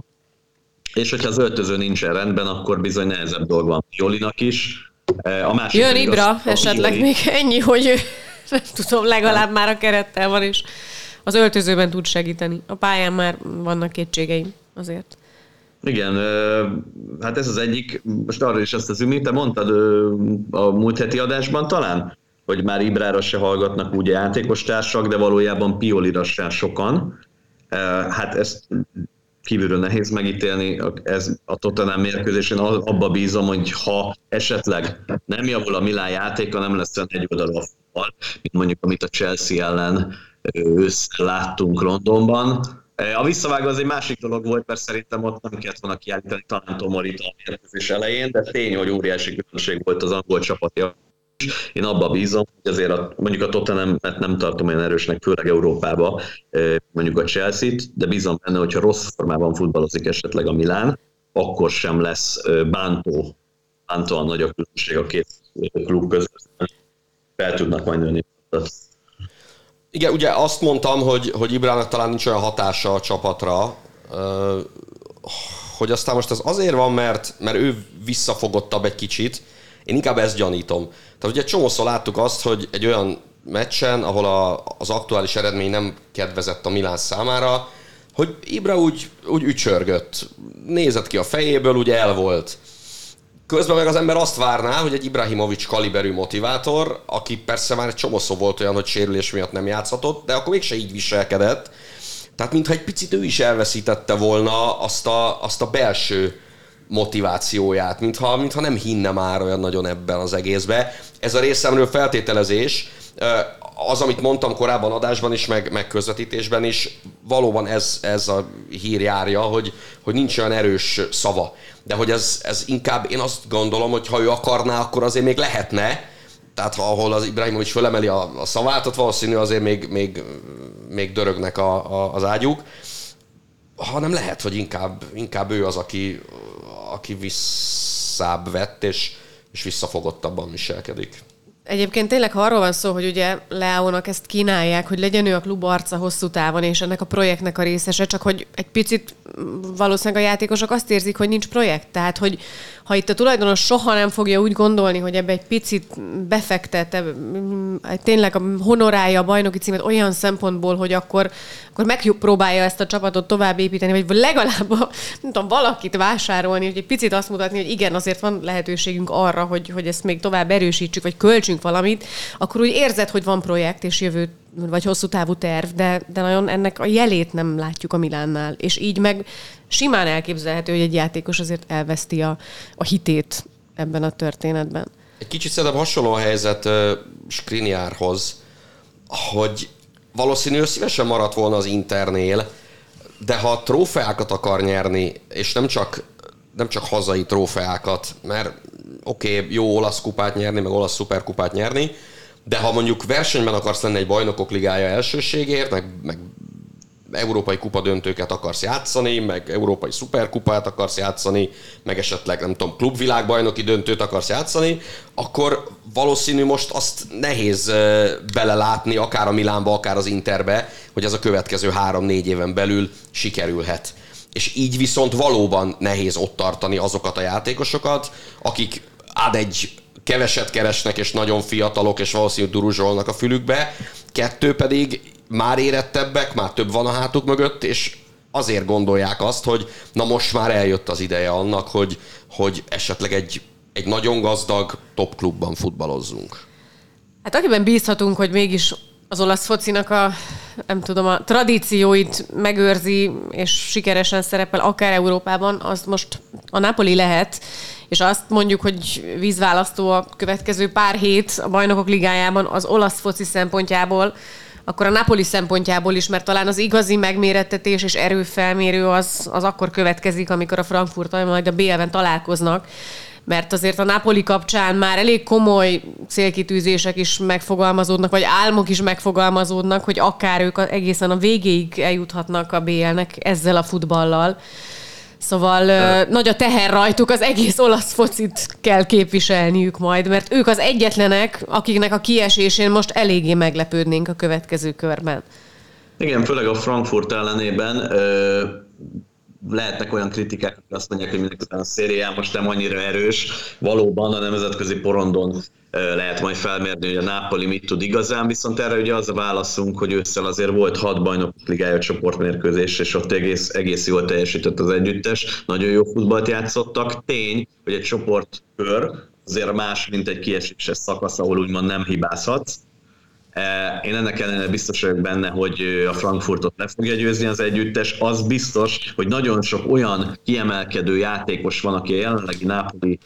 És hogyha az öltöző nincsen rendben, akkor bizony nehezebb dolg van Piolinak is. A másik
Jön Ibra, az, esetleg Pioli... még ennyi, hogy nem tudom, legalább már a kerettel van is. Az öltözőben tud segíteni. A pályán már vannak kétségeim azért.
Igen, hát ez az egyik, most arra is azt az ümít, te mondtad a múlt heti adásban talán, hogy már Ibrára se hallgatnak úgy játékostársak, de valójában Piolira se sokan. Hát ezt kívülről nehéz megítélni, ez a Tottenham mérkőzésén abba bízom, hogy ha esetleg nem javul a Milán játéka, nem lesz olyan egyoldalú a futball, mint mondjuk amit a Chelsea ellen ősszel láttunk Londonban. A visszavágó az egy másik dolog volt, mert szerintem ott nem kellett volna kiállítani talán Tomorit a mérkőzés elején, de tény, hogy óriási különbség volt az angol csapatja. Én abba bízom, hogy azért a, mondjuk a Tottenhamet nem tartom olyan erősnek, főleg Európába, mondjuk a Chelsea-t, de bízom benne, hogyha rossz formában futballozik esetleg a Milán, akkor sem lesz bántó, bántóan nagy a különbség a két klub között. Fel tudnak majd nőni.
Igen, ugye azt mondtam, hogy, hogy Ibrának talán nincs olyan hatása a csapatra, hogy aztán most ez azért van, mert, mert ő visszafogottabb egy kicsit. Én inkább ezt gyanítom. Tehát ugye csomószor láttuk azt, hogy egy olyan meccsen, ahol a, az aktuális eredmény nem kedvezett a Milán számára, hogy Ibra úgy, úgy ücsörgött. Nézett ki a fejéből, ugye el volt. Közben meg az ember azt várná, hogy egy Ibrahimovic kaliberű motivátor, aki persze már egy csomószor volt olyan, hogy sérülés miatt nem játszhatott, de akkor mégse így viselkedett. Tehát mintha egy picit ő is elveszítette volna azt a, azt a belső motivációját, mintha, mintha nem hinne már olyan nagyon ebben az egészbe. Ez a részemről feltételezés, az, amit mondtam korábban adásban is, meg, meg közvetítésben is, valóban ez, ez a hír járja, hogy, hogy nincs olyan erős szava. De hogy ez, ez inkább, én azt gondolom, hogy ha ő akarná, akkor azért még lehetne. Tehát ha ahol az Ibrahimovic fölemeli a, a szavát, ott valószínű azért még, még, még dörögnek a, a, az ágyuk. Hanem lehet, hogy inkább, inkább ő az, aki, aki visszább vett, és, és visszafogottabban viselkedik.
Egyébként tényleg, ha arról van szó, hogy ugye Leónak ezt kínálják, hogy legyen ő a klub arca hosszú távon, és ennek a projektnek a részese, csak hogy egy picit valószínűleg a játékosok azt érzik, hogy nincs projekt. Tehát, hogy ha itt a tulajdonos soha nem fogja úgy gondolni, hogy ebbe egy picit befektet, tényleg honorálja a bajnoki címet olyan szempontból, hogy akkor, akkor megpróbálja ezt a csapatot tovább építeni, vagy legalább a, nem tudom, valakit vásárolni, hogy egy picit azt mutatni, hogy igen, azért van lehetőségünk arra, hogy, hogy ezt még tovább erősítsük, vagy költsünk valamit, akkor úgy érzed, hogy van projekt és jövő, vagy hosszú távú terv, de, de nagyon ennek a jelét nem látjuk a Milánnál. És így meg simán elképzelhető, hogy egy játékos azért elveszti a, a hitét ebben a történetben.
Egy kicsit szerintem hasonló a helyzet uh, Skriniarhoz, hogy valószínű, szívesen maradt volna az Internél, de ha trófeákat akar nyerni, és nem csak, nem csak hazai trófeákat, mert oké, okay, jó olasz kupát nyerni, meg olasz szuperkupát nyerni, de ha mondjuk versenyben akarsz lenni egy bajnokok ligája elsőségért, meg, meg európai kupa döntőket akarsz játszani, meg európai szuperkupát akarsz játszani, meg esetleg, nem tudom, klubvilágbajnoki döntőt akarsz játszani, akkor valószínű most azt nehéz belelátni, akár a Milánba, akár az Interbe, hogy ez a következő három-négy éven belül sikerülhet. És így viszont valóban nehéz ott tartani azokat a játékosokat, akik ad egy keveset keresnek, és nagyon fiatalok, és valószínűleg duruzsolnak a fülükbe, kettő pedig már érettebbek, már több van a hátuk mögött, és azért gondolják azt, hogy na most már eljött az ideje annak, hogy, hogy esetleg egy, egy nagyon gazdag top klubban futballozzunk.
Hát akiben bízhatunk, hogy mégis az olasz focinak a, nem tudom, a tradícióit megőrzi, és sikeresen szerepel akár Európában, az most a Napoli lehet, és azt mondjuk, hogy vízválasztó a következő pár hét a Bajnokok Ligájában az olasz foci szempontjából, akkor a Napoli szempontjából is, mert talán az igazi megmérettetés és erőfelmérő az, az akkor következik, amikor a Frankfurttal majd a bé el-ben találkoznak, mert azért a Napoli kapcsán már elég komoly célkitűzések is megfogalmazódnak, vagy álmok is megfogalmazódnak, hogy akár ők egészen a végéig eljuthatnak a bé el-nek ezzel a futballal. Szóval uh, nagy a teher rajtuk, az egész olasz focit kell képviselniük majd, mert ők az egyetlenek, akiknek a kiesésén most eléggé meglepődnénk a következő körben.
Igen, főleg a Frankfurt ellenében ö, lehetnek olyan kritikák, akik azt mondják, hogy mindenki a szérián most nem annyira erős. Valóban a nemzetközi porondon ö, lehet majd felmérni, hogy a Napoli mit tud igazán, viszont erre ugye az a válaszunk, hogy ősszel azért volt hat bajnokok ligája csoportmérkőzés, és ott egész, egész jól teljesített az együttes, nagyon jó futballt játszottak. Tény, hogy egy csoportkör azért más, mint egy kieséses szakasz, ahol úgymond nem hibázhatsz. Én ennek ellenére biztos vagyok benne, hogy a Frankfurtot le fogja győzni az együttes. Az biztos, hogy nagyon sok olyan kiemelkedő játékos van, aki a jelenlegi nápoli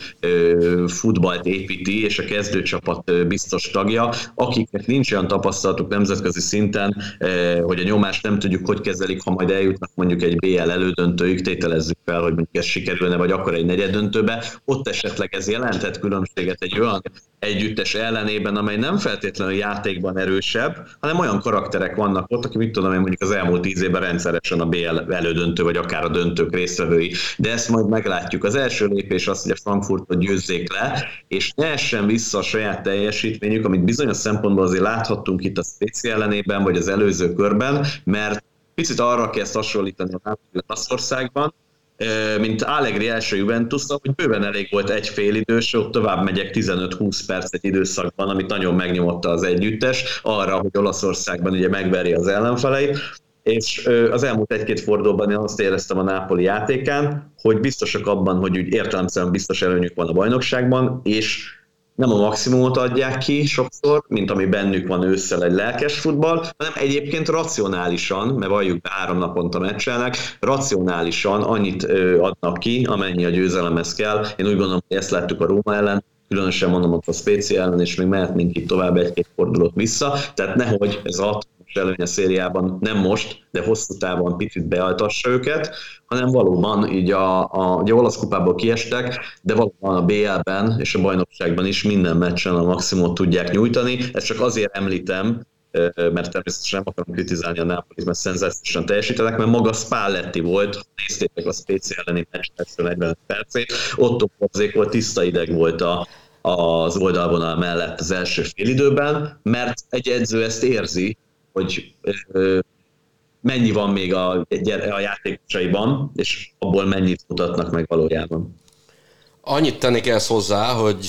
futballt építi, és a kezdőcsapat biztos tagja, akiknek nincs olyan tapasztalatuk nemzetközi szinten, hogy a nyomást nem tudjuk, hogy kezelik, ha majd eljutnak mondjuk egy bé el elődöntőig, tételezzük fel, hogy mondjuk ez sikerülne, vagy akkor egy negyeddöntőbe. Ott esetleg ez jelenthet különbséget egy olyan együttes ellenében, amely nem feltétlenül játékban erősebb, hanem olyan karakterek vannak ott, akik mit tudom én mondjuk az elmúlt tíz évben rendszeresen a bé el elődöntő, vagy akár a döntők résztvevői. De ezt majd meglátjuk. Az első lépés az, hogy a Frankfurtot győzzék le, és ne essen vissza a saját teljesítményük, amit bizonyos szempontból azért láthattunk itt a Spezia ellenében, vagy az előző körben, mert picit arra kell ezt hasonlítani a Napoli Olaszországban, mint Allegri első Juventusra, hogy bőven elég volt egy fél idős, ott tovább megyek tizenöt-húsz perc egy időszakban, amit nagyon megnyomotta az együttes, arra, hogy Olaszországban ugye megveri az ellenfeleit, és az elmúlt egy-két fordulóban én azt éreztem a Napoli játékán, hogy biztosak abban, hogy úgy értelemszerűen biztos előnyük van a bajnokságban, és nem a maximumot adják ki sokszor, mint ami bennük van ősszel egy lelkes futball, hanem egyébként racionálisan, mert valljuk be három naponta meccselnek, racionálisan annyit adnak ki, amennyi a győzelemhez kell. Én úgy gondolom, hogy ezt láttuk a Róma ellen, különösen mondom ott a Spezia ellen, és még mehetnénk itt tovább egy-két fordulót vissza, tehát nehogy ez a előny a szériában nem most, de hosszú távon picit bealtassa őket, hanem valóban így a, a, ugye olasz kupából kiestek, de valóban a bé el-ben és a bajnokságban is minden meccsen a maximumot tudják nyújtani. Ezt csak azért említem, mert természetesen nem akarom kritizálni a Napolit, mert szenzációsan teljesítenek, mert maga Spalletti volt, ha néztétek a Spezia elleni meccs negyvenöt percét, Otto Porzék volt, tiszta ideg volt a, az oldalvonal mellett az első félidőben, mert egy edző ezt érzi, hogy ö, mennyi van még a, a játékosaiban, és abból mennyit mutatnak meg valójában.
Annyit tennék ehhez hozzá, hogy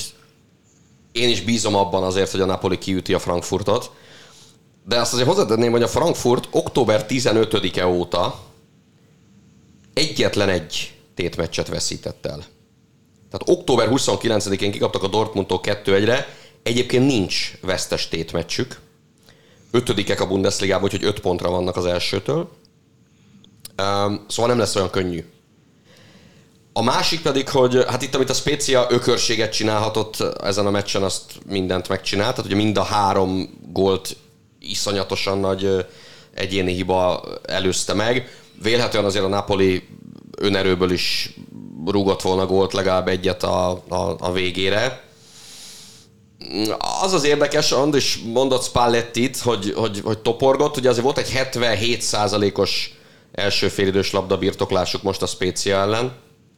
én is bízom abban azért, hogy a Napoli kiüti a Frankfurtot, de azt azért hozzátenném, hogy a Frankfurt október tizenötödike óta egyetlen egy tétmeccset veszített el. Tehát október huszonkilencedikén kikaptak a Dortmundtól kettő egyre, egyébként nincs vesztes tétmeccsük, ötödikek a Bundesligában, úgyhogy öt pontra vannak az elsőtől. Szóval nem lesz olyan könnyű. A másik pedig, hogy hát itt, amit a Spezia ökörséget csinálhatott ezen a meccsen, azt mindent megcsinált. Tehát ugye mind a három gólt iszonyatosan nagy egyéni hiba előzte meg. Vélhetően azért a Napoli önerőből is rúgott volna gólt, legalább egyet a, a, a végére. Az az érdekes, Andris mondott Spallettit, hogy, hogy, hogy toporgott, ugye azért volt egy hetvenhét százalékos első félidős labdabirtoklásuk most a Spezia ellen.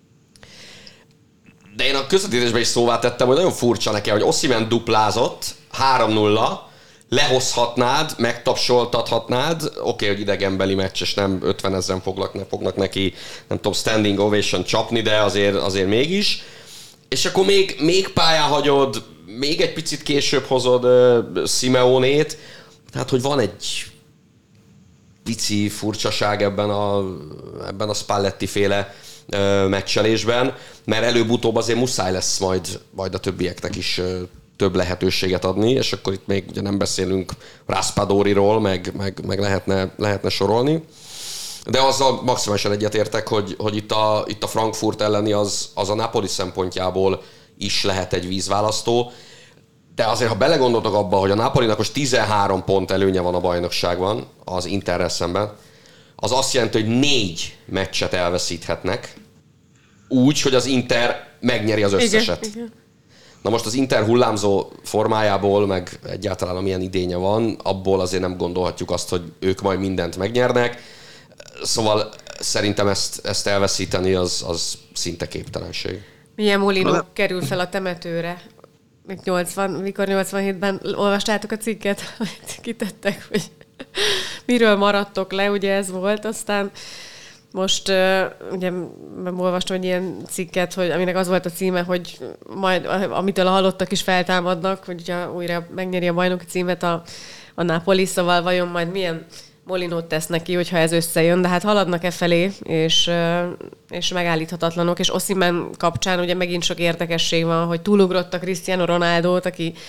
De én a közvetítésben is szóvá tettem, hogy nagyon furcsa nekem, hogy Osimhen duplázott, három nulla, lehozhatnád, megtapsoltathatnád, oké, okay, hogy idegenbeli meccs, és nem ötvenezren fognak, fognak neki, nem tudom, standing ovation csapni, de azért, azért mégis. És akkor még, még pályán hagyod, még egy picit később hozod uh, Simeonét, tehát hogy van egy pici furcsaság ebben a, ebben a Spalletti-féle uh, meccselésben, mert előbb-utóbb azért muszáj lesz majd, majd a többieknek is uh, több lehetőséget adni, és akkor itt még ugye nem beszélünk Raspadoriról, meg, meg, meg lehetne, lehetne sorolni. De azzal maximálisan egyetértek, hogy, hogy itt, a, itt a Frankfurt elleni az, az a Napoli szempontjából is lehet egy vízválasztó. De azért, ha belegondoltok abba, hogy a Napolinak most tizenhárom pont előnye van a bajnokságban az Interrel szemben, az azt jelenti, hogy négy meccset elveszíthetnek, úgy, hogy az Inter megnyeri az összeset. Igen, igen. Na most az Inter hullámzó formájából, meg egyáltalán amilyen idénye van, abból azért nem gondolhatjuk azt, hogy ők majd mindent megnyernek. Szóval szerintem ezt, ezt elveszíteni az, az szinte képtelenség.
Milyen Molino Na, kerül fel a temetőre? nyolcvan, mikor nyolcvanhétben olvastátok a cikket, amit kitettek, hogy miről maradtok le, ugye ez volt, aztán most uh, ugye olvastam egy ilyen cikket, hogy, aminek az volt a címe, hogy majd, amitől a halottak is feltámadnak, hogy ugye újra megnyeri a bajnoki címet a, a Napoli, szóval vajon majd milyen Molinót tesz neki, hogyha ez összejön, de hát haladnak e felé, és, és megállíthatatlanok, és Osimhen kapcsán ugye megint sok érdekesség van, hogy túlugrotta Cristiano Ronaldót, aki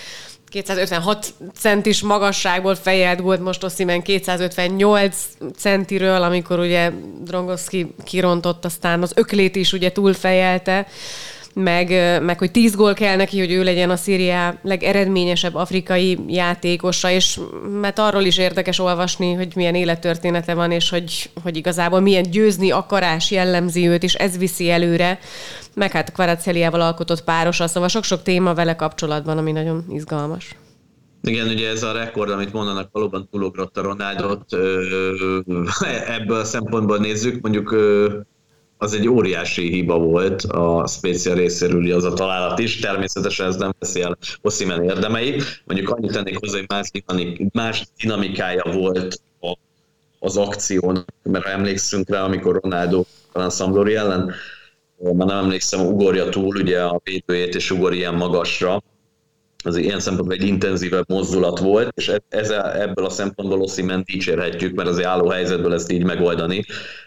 kétszázötvenhat centis magasságból fejelt gólt most Osimhen kétszázötvennyolc centiről, amikor ugye Drongowski kirontott, aztán az öklét is ugye túlfejelte, meg, meg hogy tíz gól kell neki, hogy ő legyen a Szíria legeredményesebb afrikai játékosa, és mert arról is érdekes olvasni, hogy milyen élettörténete van, és hogy, hogy igazából milyen győzni akarás jellemzi őt, és ez viszi előre, meg hát a Kvaratskhelia-val alkotott párosa, szóval sok-sok téma vele kapcsolatban, ami nagyon izgalmas.
Igen, ugye ez a rekord, amit mondanak, valóban túlugrott a Ronaldot, ebből a szempontból nézzük, mondjuk az egy óriási hiba volt a Spezia részéről, az a találat is. Természetesen ez nem veszi el Osimhen érdemeit. Mondjuk annyit tennék hozzá, hogy más, dinamik, más dinamikája volt a, az akción, mert ha emlékszünk rá, amikor Ronaldo talán Sampdoria ellen, már nem emlékszem, ugorja túl ugye a védőjét és ugor ilyen magasra. Az ilyen szempontból egy intenzívebb mozdulat volt, és ez, ebből a szempontból Osimhen dicsérhetjük, mert az álló helyzetből ezt így megoldani.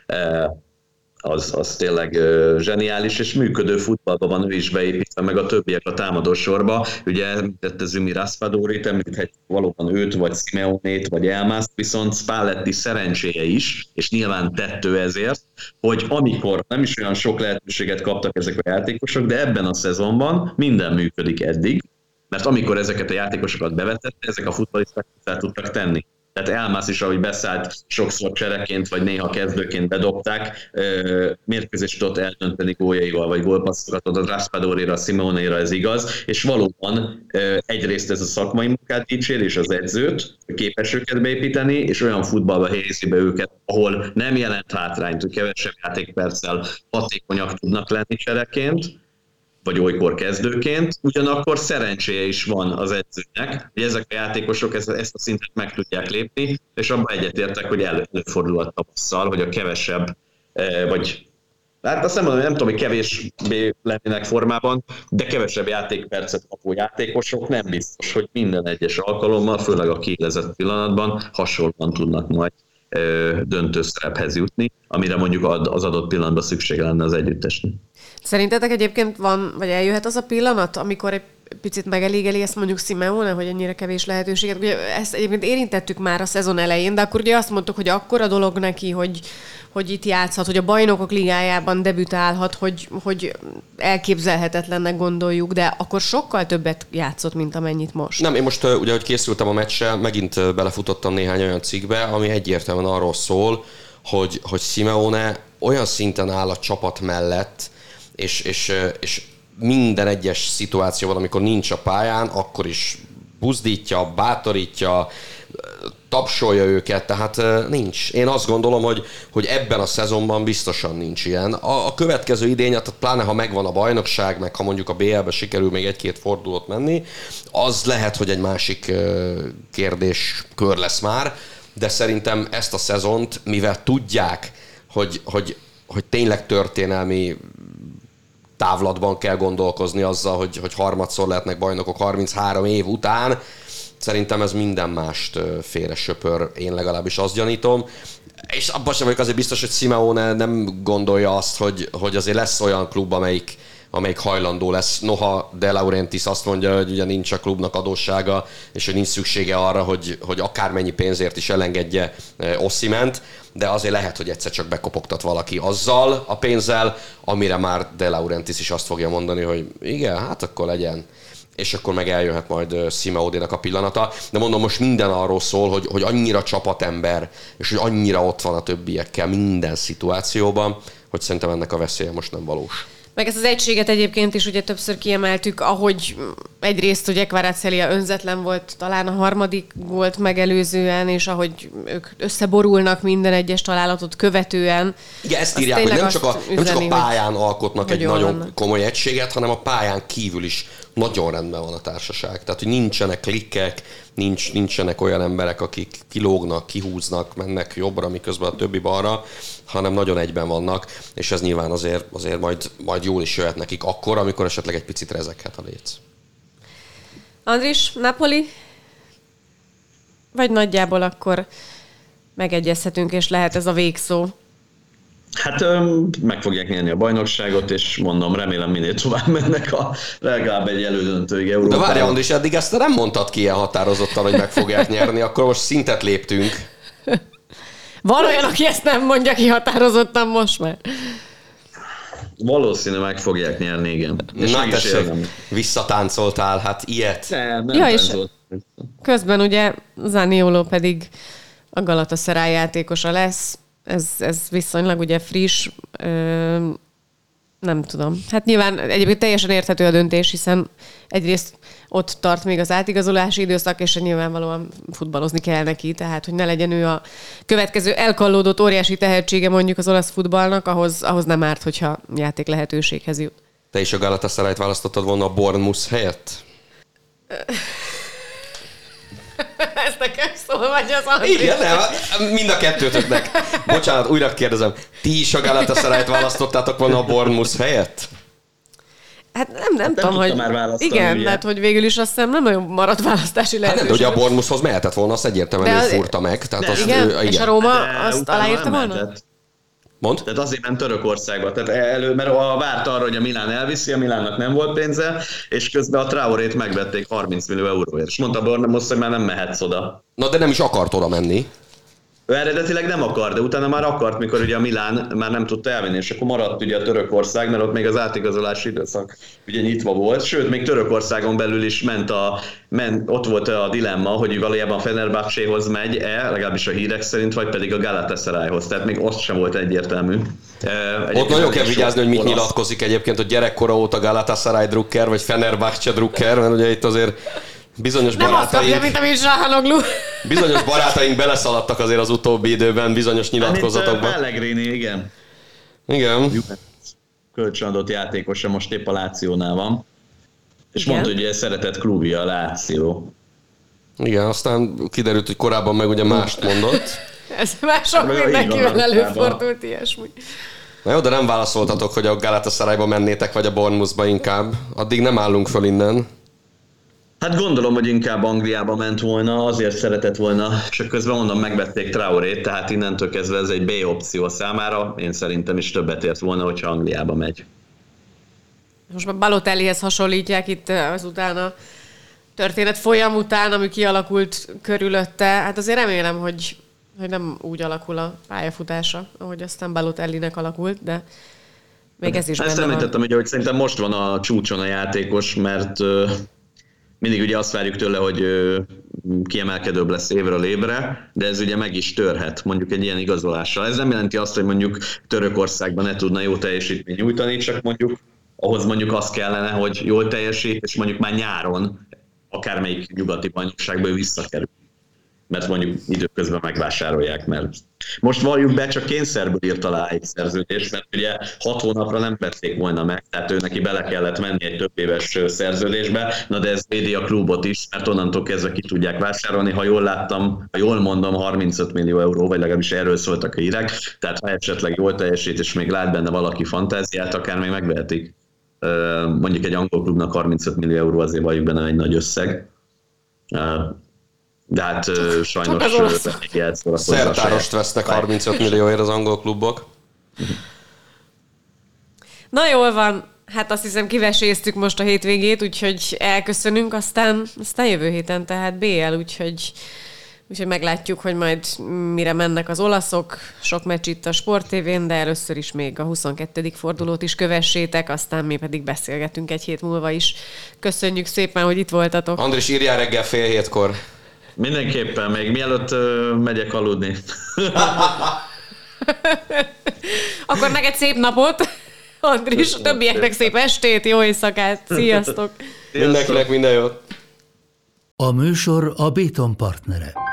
Az, az tényleg uh, zseniális, és működő futballban van ő is beépítve, meg a többiek a támadó sorba. Ugye említette Zumi Raspadorit, említhetjük valóban őt, vagy Simeonét, vagy Elmászt, viszont Spalletti szerencséje is, és nyilván tettő ezért, hogy amikor nem is olyan sok lehetőséget kaptak ezek a játékosok, de ebben a szezonban minden működik eddig, mert amikor ezeket a játékosokat bevetette, ezek a futballisták fel tudtak tenni. Tehát Elmász is, ahogy beszállt, sokszor csereként, vagy néha kezdőként bedobták, mérkőzést tudott eldönteni góljaival, vagy gólpasszokat adott Raspadorira, Simeonére, ez igaz, és valóban egyrészt ez a szakmai munkát dicsér, és az edzőt, képes őket beépíteni, és olyan futballba helyezi be őket, ahol nem jelent hátrányt, hogy kevesebb játékperccel hatékonyak tudnak lenni csereként, vagy olykor kezdőként, ugyanakkor szerencséje is van az edzőnek, hogy ezek a játékosok ezt, ezt a szintet meg tudják lépni, és abban egyetértek, hogy előfordul a tavasszal, hogy a kevesebb, vagy hát azt nem mondom, nem tudom, hogy kevésbé lennének formában, de kevesebb játékpercet kapó játékosok nem biztos, hogy minden egyes alkalommal, főleg a kiélezett pillanatban hasonlóan tudnak majd döntő szerephez jutni, amire mondjuk az adott pillanatban szüksége lenne az együttesnek.
Szerintetek egyébként van, vagy eljöhet az a pillanat, amikor egy picit megelégeli ezt mondjuk Simeone, hogy ennyire kevés lehetőséget. Ugye ezt egyébként érintettük már a szezon elején, de akkor ugye azt mondtuk, hogy akkora dolog neki, hogy, hogy itt játszhat, hogy a Bajnokok Ligájában debütálhat, hogy, hogy elképzelhetetlennek gondoljuk, de akkor sokkal többet játszott, mint amennyit most.
Nem, én most ugye, hogy készültem a meccsel, megint belefutottam néhány olyan cikkbe, ami egyértelműen arról szól, hogy, hogy Simeone olyan szinten áll a csapat mellett, és, és, és minden egyes szituációban, amikor nincs a pályán, akkor is buzdítja, bátorítja, tapsolja őket, tehát nincs. Én azt gondolom, hogy, hogy ebben a szezonban biztosan nincs ilyen. A, a következő idény, tehát pláne ha megvan a bajnokság, meg ha mondjuk a bé el-be sikerül még egy-két fordulót menni, az lehet, hogy egy másik kérdéskör lesz már, de szerintem ezt a szezont, mivel tudják, hogy, hogy, hogy tényleg történelmi távlatban kell gondolkozni azzal, hogy, hogy harmadszor lehetnek bajnokok harminchárom év után. Szerintem ez minden mást félre söpör, én legalábbis azt gyanítom. És abban sem vagyok azért biztos, hogy Simeone nem gondolja azt, hogy, hogy azért lesz olyan klub, amelyik, amelyik hajlandó lesz. Noha De Laurentiis azt mondja, hogy ugye nincs a klubnak adóssága, és hogy nincs szüksége arra, hogy, hogy akármennyi pénzért is elengedje Osimhent, de azért lehet, hogy egyszer csak bekopogtat valaki azzal a pénzzel, amire már De Laurentiis is azt fogja mondani, hogy igen, hát akkor legyen. És akkor meg eljöhet majd Simeone-nak a pillanata. De mondom, most minden arról szól, hogy, hogy annyira csapatember, és hogy annyira ott van a többiekkel minden szituációban, hogy szerintem ennek a veszélye most nem valós.
Meg ezt az egységet egyébként is ugye többször kiemeltük, ahogy egyrészt ugye Kvaratskhelia önzetlen volt, talán a harmadik volt megelőzően, és ahogy ők összeborulnak minden egyes találatot követően.
Igen, ezt írják, hogy nem csak a, üzeni, nem csak a pályán alkotnak egy nagyon vannak. Komoly egységet, hanem a pályán kívül is nagyon rendben van a társaság. Tehát, hogy nincsenek klikkek, nincs, nincsenek olyan emberek, akik kilógnak, kihúznak, mennek jobbra, miközben a többi balra, hanem nagyon egyben vannak, és ez nyilván azért, azért majd, majd jól is jöhet nekik akkor, amikor esetleg egy picit rezeghet a léc.
Andris, Napoli? Vagy nagyjából akkor megegyezhetünk, és lehet ez a végszó?
Hát meg fogják nyerni a bajnokságot, és mondom, remélem minél tovább mennek a legalább egy elődöntőig Európára.
De várjál, Andris, eddig ezt nem mondtad ki ilyen határozottan, hogy meg fogják nyerni, akkor most szintet léptünk.
Van olyan, aki ezt nem mondja ki határozottan most már.
Valószínűleg meg fogják nyerni, igen. És
Na
meg is
tessék,
érnem.
visszatáncoltál, hát ilyet.
Nem, nem
Ja, és
táncolt.
közben ugye Zanioló pedig a Galatasaray játékosa lesz. Ez, ez viszonylag ugye friss. Ö, nem tudom. Hát nyilván egyébként teljesen érthető a döntés, hiszen egyrészt ott tart még az átigazolási időszak, és nyilvánvalóan futballozni kell neki, tehát hogy ne legyen ő a következő elkallódott óriási tehetsége mondjuk az olasz futballnak, ahhoz, ahhoz nem árt, hogyha játék lehetőséghez jut.
Te is a Galatasarayt választottad volna a Bournemouth helyett?
Ez nekem szól, vagy az Andris?
Igen, nem, mind a kettőtöknek. Bocsánat, újra kérdezem. Ti is a Galatasarayt választottátok volna a Bournemouth helyett?
Hát nem, nem, nem tudom,
tudta
hogy...
már választani,
igen,
ugye?
mert hogy végül is azt hiszem nem nagyon maradt választási
Hát nem,
lehetőség.
de ugye a Bournemouthhoz mehetett volna, azt egyértelműen
De
ő
az-
fúrta meg. Tehát
De
azt,
Igen?
ő,
És a Róma azt
utána
aláírta
nem
volna?
mehetett.
Mond?
Tehát azért ment Törökországba. Tehát elő, mert a várt arra, hogy a Milán elviszi, a Milánnak nem volt pénze, és közben a Traorét megvették harminc millió euróért. És mondta Bournemouth, hogy már nem mehetsz oda.
Na de nem is akart oda menni.
Ő eredetileg nem akart, de utána már akart, mikor ugye a Milán már nem tudta elvinni, és akkor maradt ugye a Törökország, mert ott még az átigazolási időszak ugye nyitva volt, sőt, még Törökországon belül is ment a, ment, ott volt a dilemma, hogy valójában Fenerbahcéhoz megy-e, legalábbis a hírek szerint, vagy pedig a Galatasarayhoz, tehát még ott sem volt egyértelmű. Egyébként
Ott nagyon kell
sok
vigyázni, hogy mit
olasz-
nyilatkozik egyébként, hogy gyerekkora óta Galatasaray drukker, vagy Fenerbahce drukker, mert ugye itt azért bizonyos
Nem azt kapja,
barátaink,
mint amit Zsáhanoglu.
bizonyos barátaink beleszaladtak azért az utóbbi időben bizonyos
Mint
nyilatkozatokba.
Pellegrini, igen.
Igen.
Kölcsönadott játékosa most épp a Lációnál van. És
Igen.
mondta, hogy ugye szeretett klubja a Láció.
Igen, aztán kiderült, hogy korábban meg ugye mást mondott.
Ez már sok
Meg így
mindenkivel
van,
előfordult ilyesmi.
Na jó, de nem válaszoltatok, hogy a Galatasarayba mennétek, vagy a Bournemouthba inkább. Addig nem állunk föl innen.
Hát gondolom, hogy inkább Angliába ment volna, azért szeretett volna, csak közben mondom, megvették Traorét, tehát innentől kezdve ez egy B opció számára. Én szerintem is többet ért volna, hogyha Angliába megy.
Most már Balotellihez hasonlítják itt azután a történet folyam után, ami kialakult körülötte. Hát azért remélem, hogy, hogy nem úgy alakul a pályafutása, ahogy aztán Balotellinek alakult, de még ez is
Ezt
benne van.
említettem, ugye, hogy szerintem most van a csúcson a játékos, mert uh, mindig ugye azt várjuk tőle, hogy uh, kiemelkedőbb lesz évről évre, de ez ugye meg is törhet mondjuk egy ilyen igazolással. Ez nem jelenti azt, hogy mondjuk Törökországban ne tudna jó teljesítményt nyújtani, csak mondjuk ahhoz mondjuk az kellene, hogy jól teljesít, és mondjuk már nyáron akármelyik nyugati bajnokságból visszakerül. Mert mondjuk időközben megvásárolják, mert most valljuk be, csak kényszerből írt alá egy szerződést, mert ugye hat hónapra nem vették volna meg, tehát ő neki bele kellett menni egy több éves szerződésbe, na de ez védi a klubot is, mert onnantól kezdve ki tudják vásárolni, ha jól láttam, ha jól mondom, harmincöt millió euró, vagy legalábbis erről szóltak a hírek, tehát ha esetleg jól teljesít, és még lát benne valaki fantáziát, akár még megvehetik. Mondjuk egy angol klubnak harmincöt millió euró, azért valljuk benne egy nagy összeg. De hát csak, sajnos elég elszórakozza.
Szertárost vesznek harmincöt millióért az angol klubok.
Na jól van, hát azt hiszem kiveséztük most a hétvégét, úgyhogy elköszönünk, aztán, aztán jövő héten tehát bé el, úgyhogy, úgyhogy meglátjuk, hogy majd mire mennek az olaszok. Sok meccs itt a Sport té vén, de először is még a huszonkettedik fordulót is kövessétek, aztán mi pedig beszélgetünk egy hét múlva is. Köszönjük szépen, hogy itt voltatok.
Andris, írjál reggel fél hétkor.
Mindenképpen, még mielőtt uh, megyek aludni.
Akkor neked szép napot, Andris, a többieknek szép estét, jó éjszakát, sziasztok!
Mindenkinek minden jót.
A műsor a Béton partnere.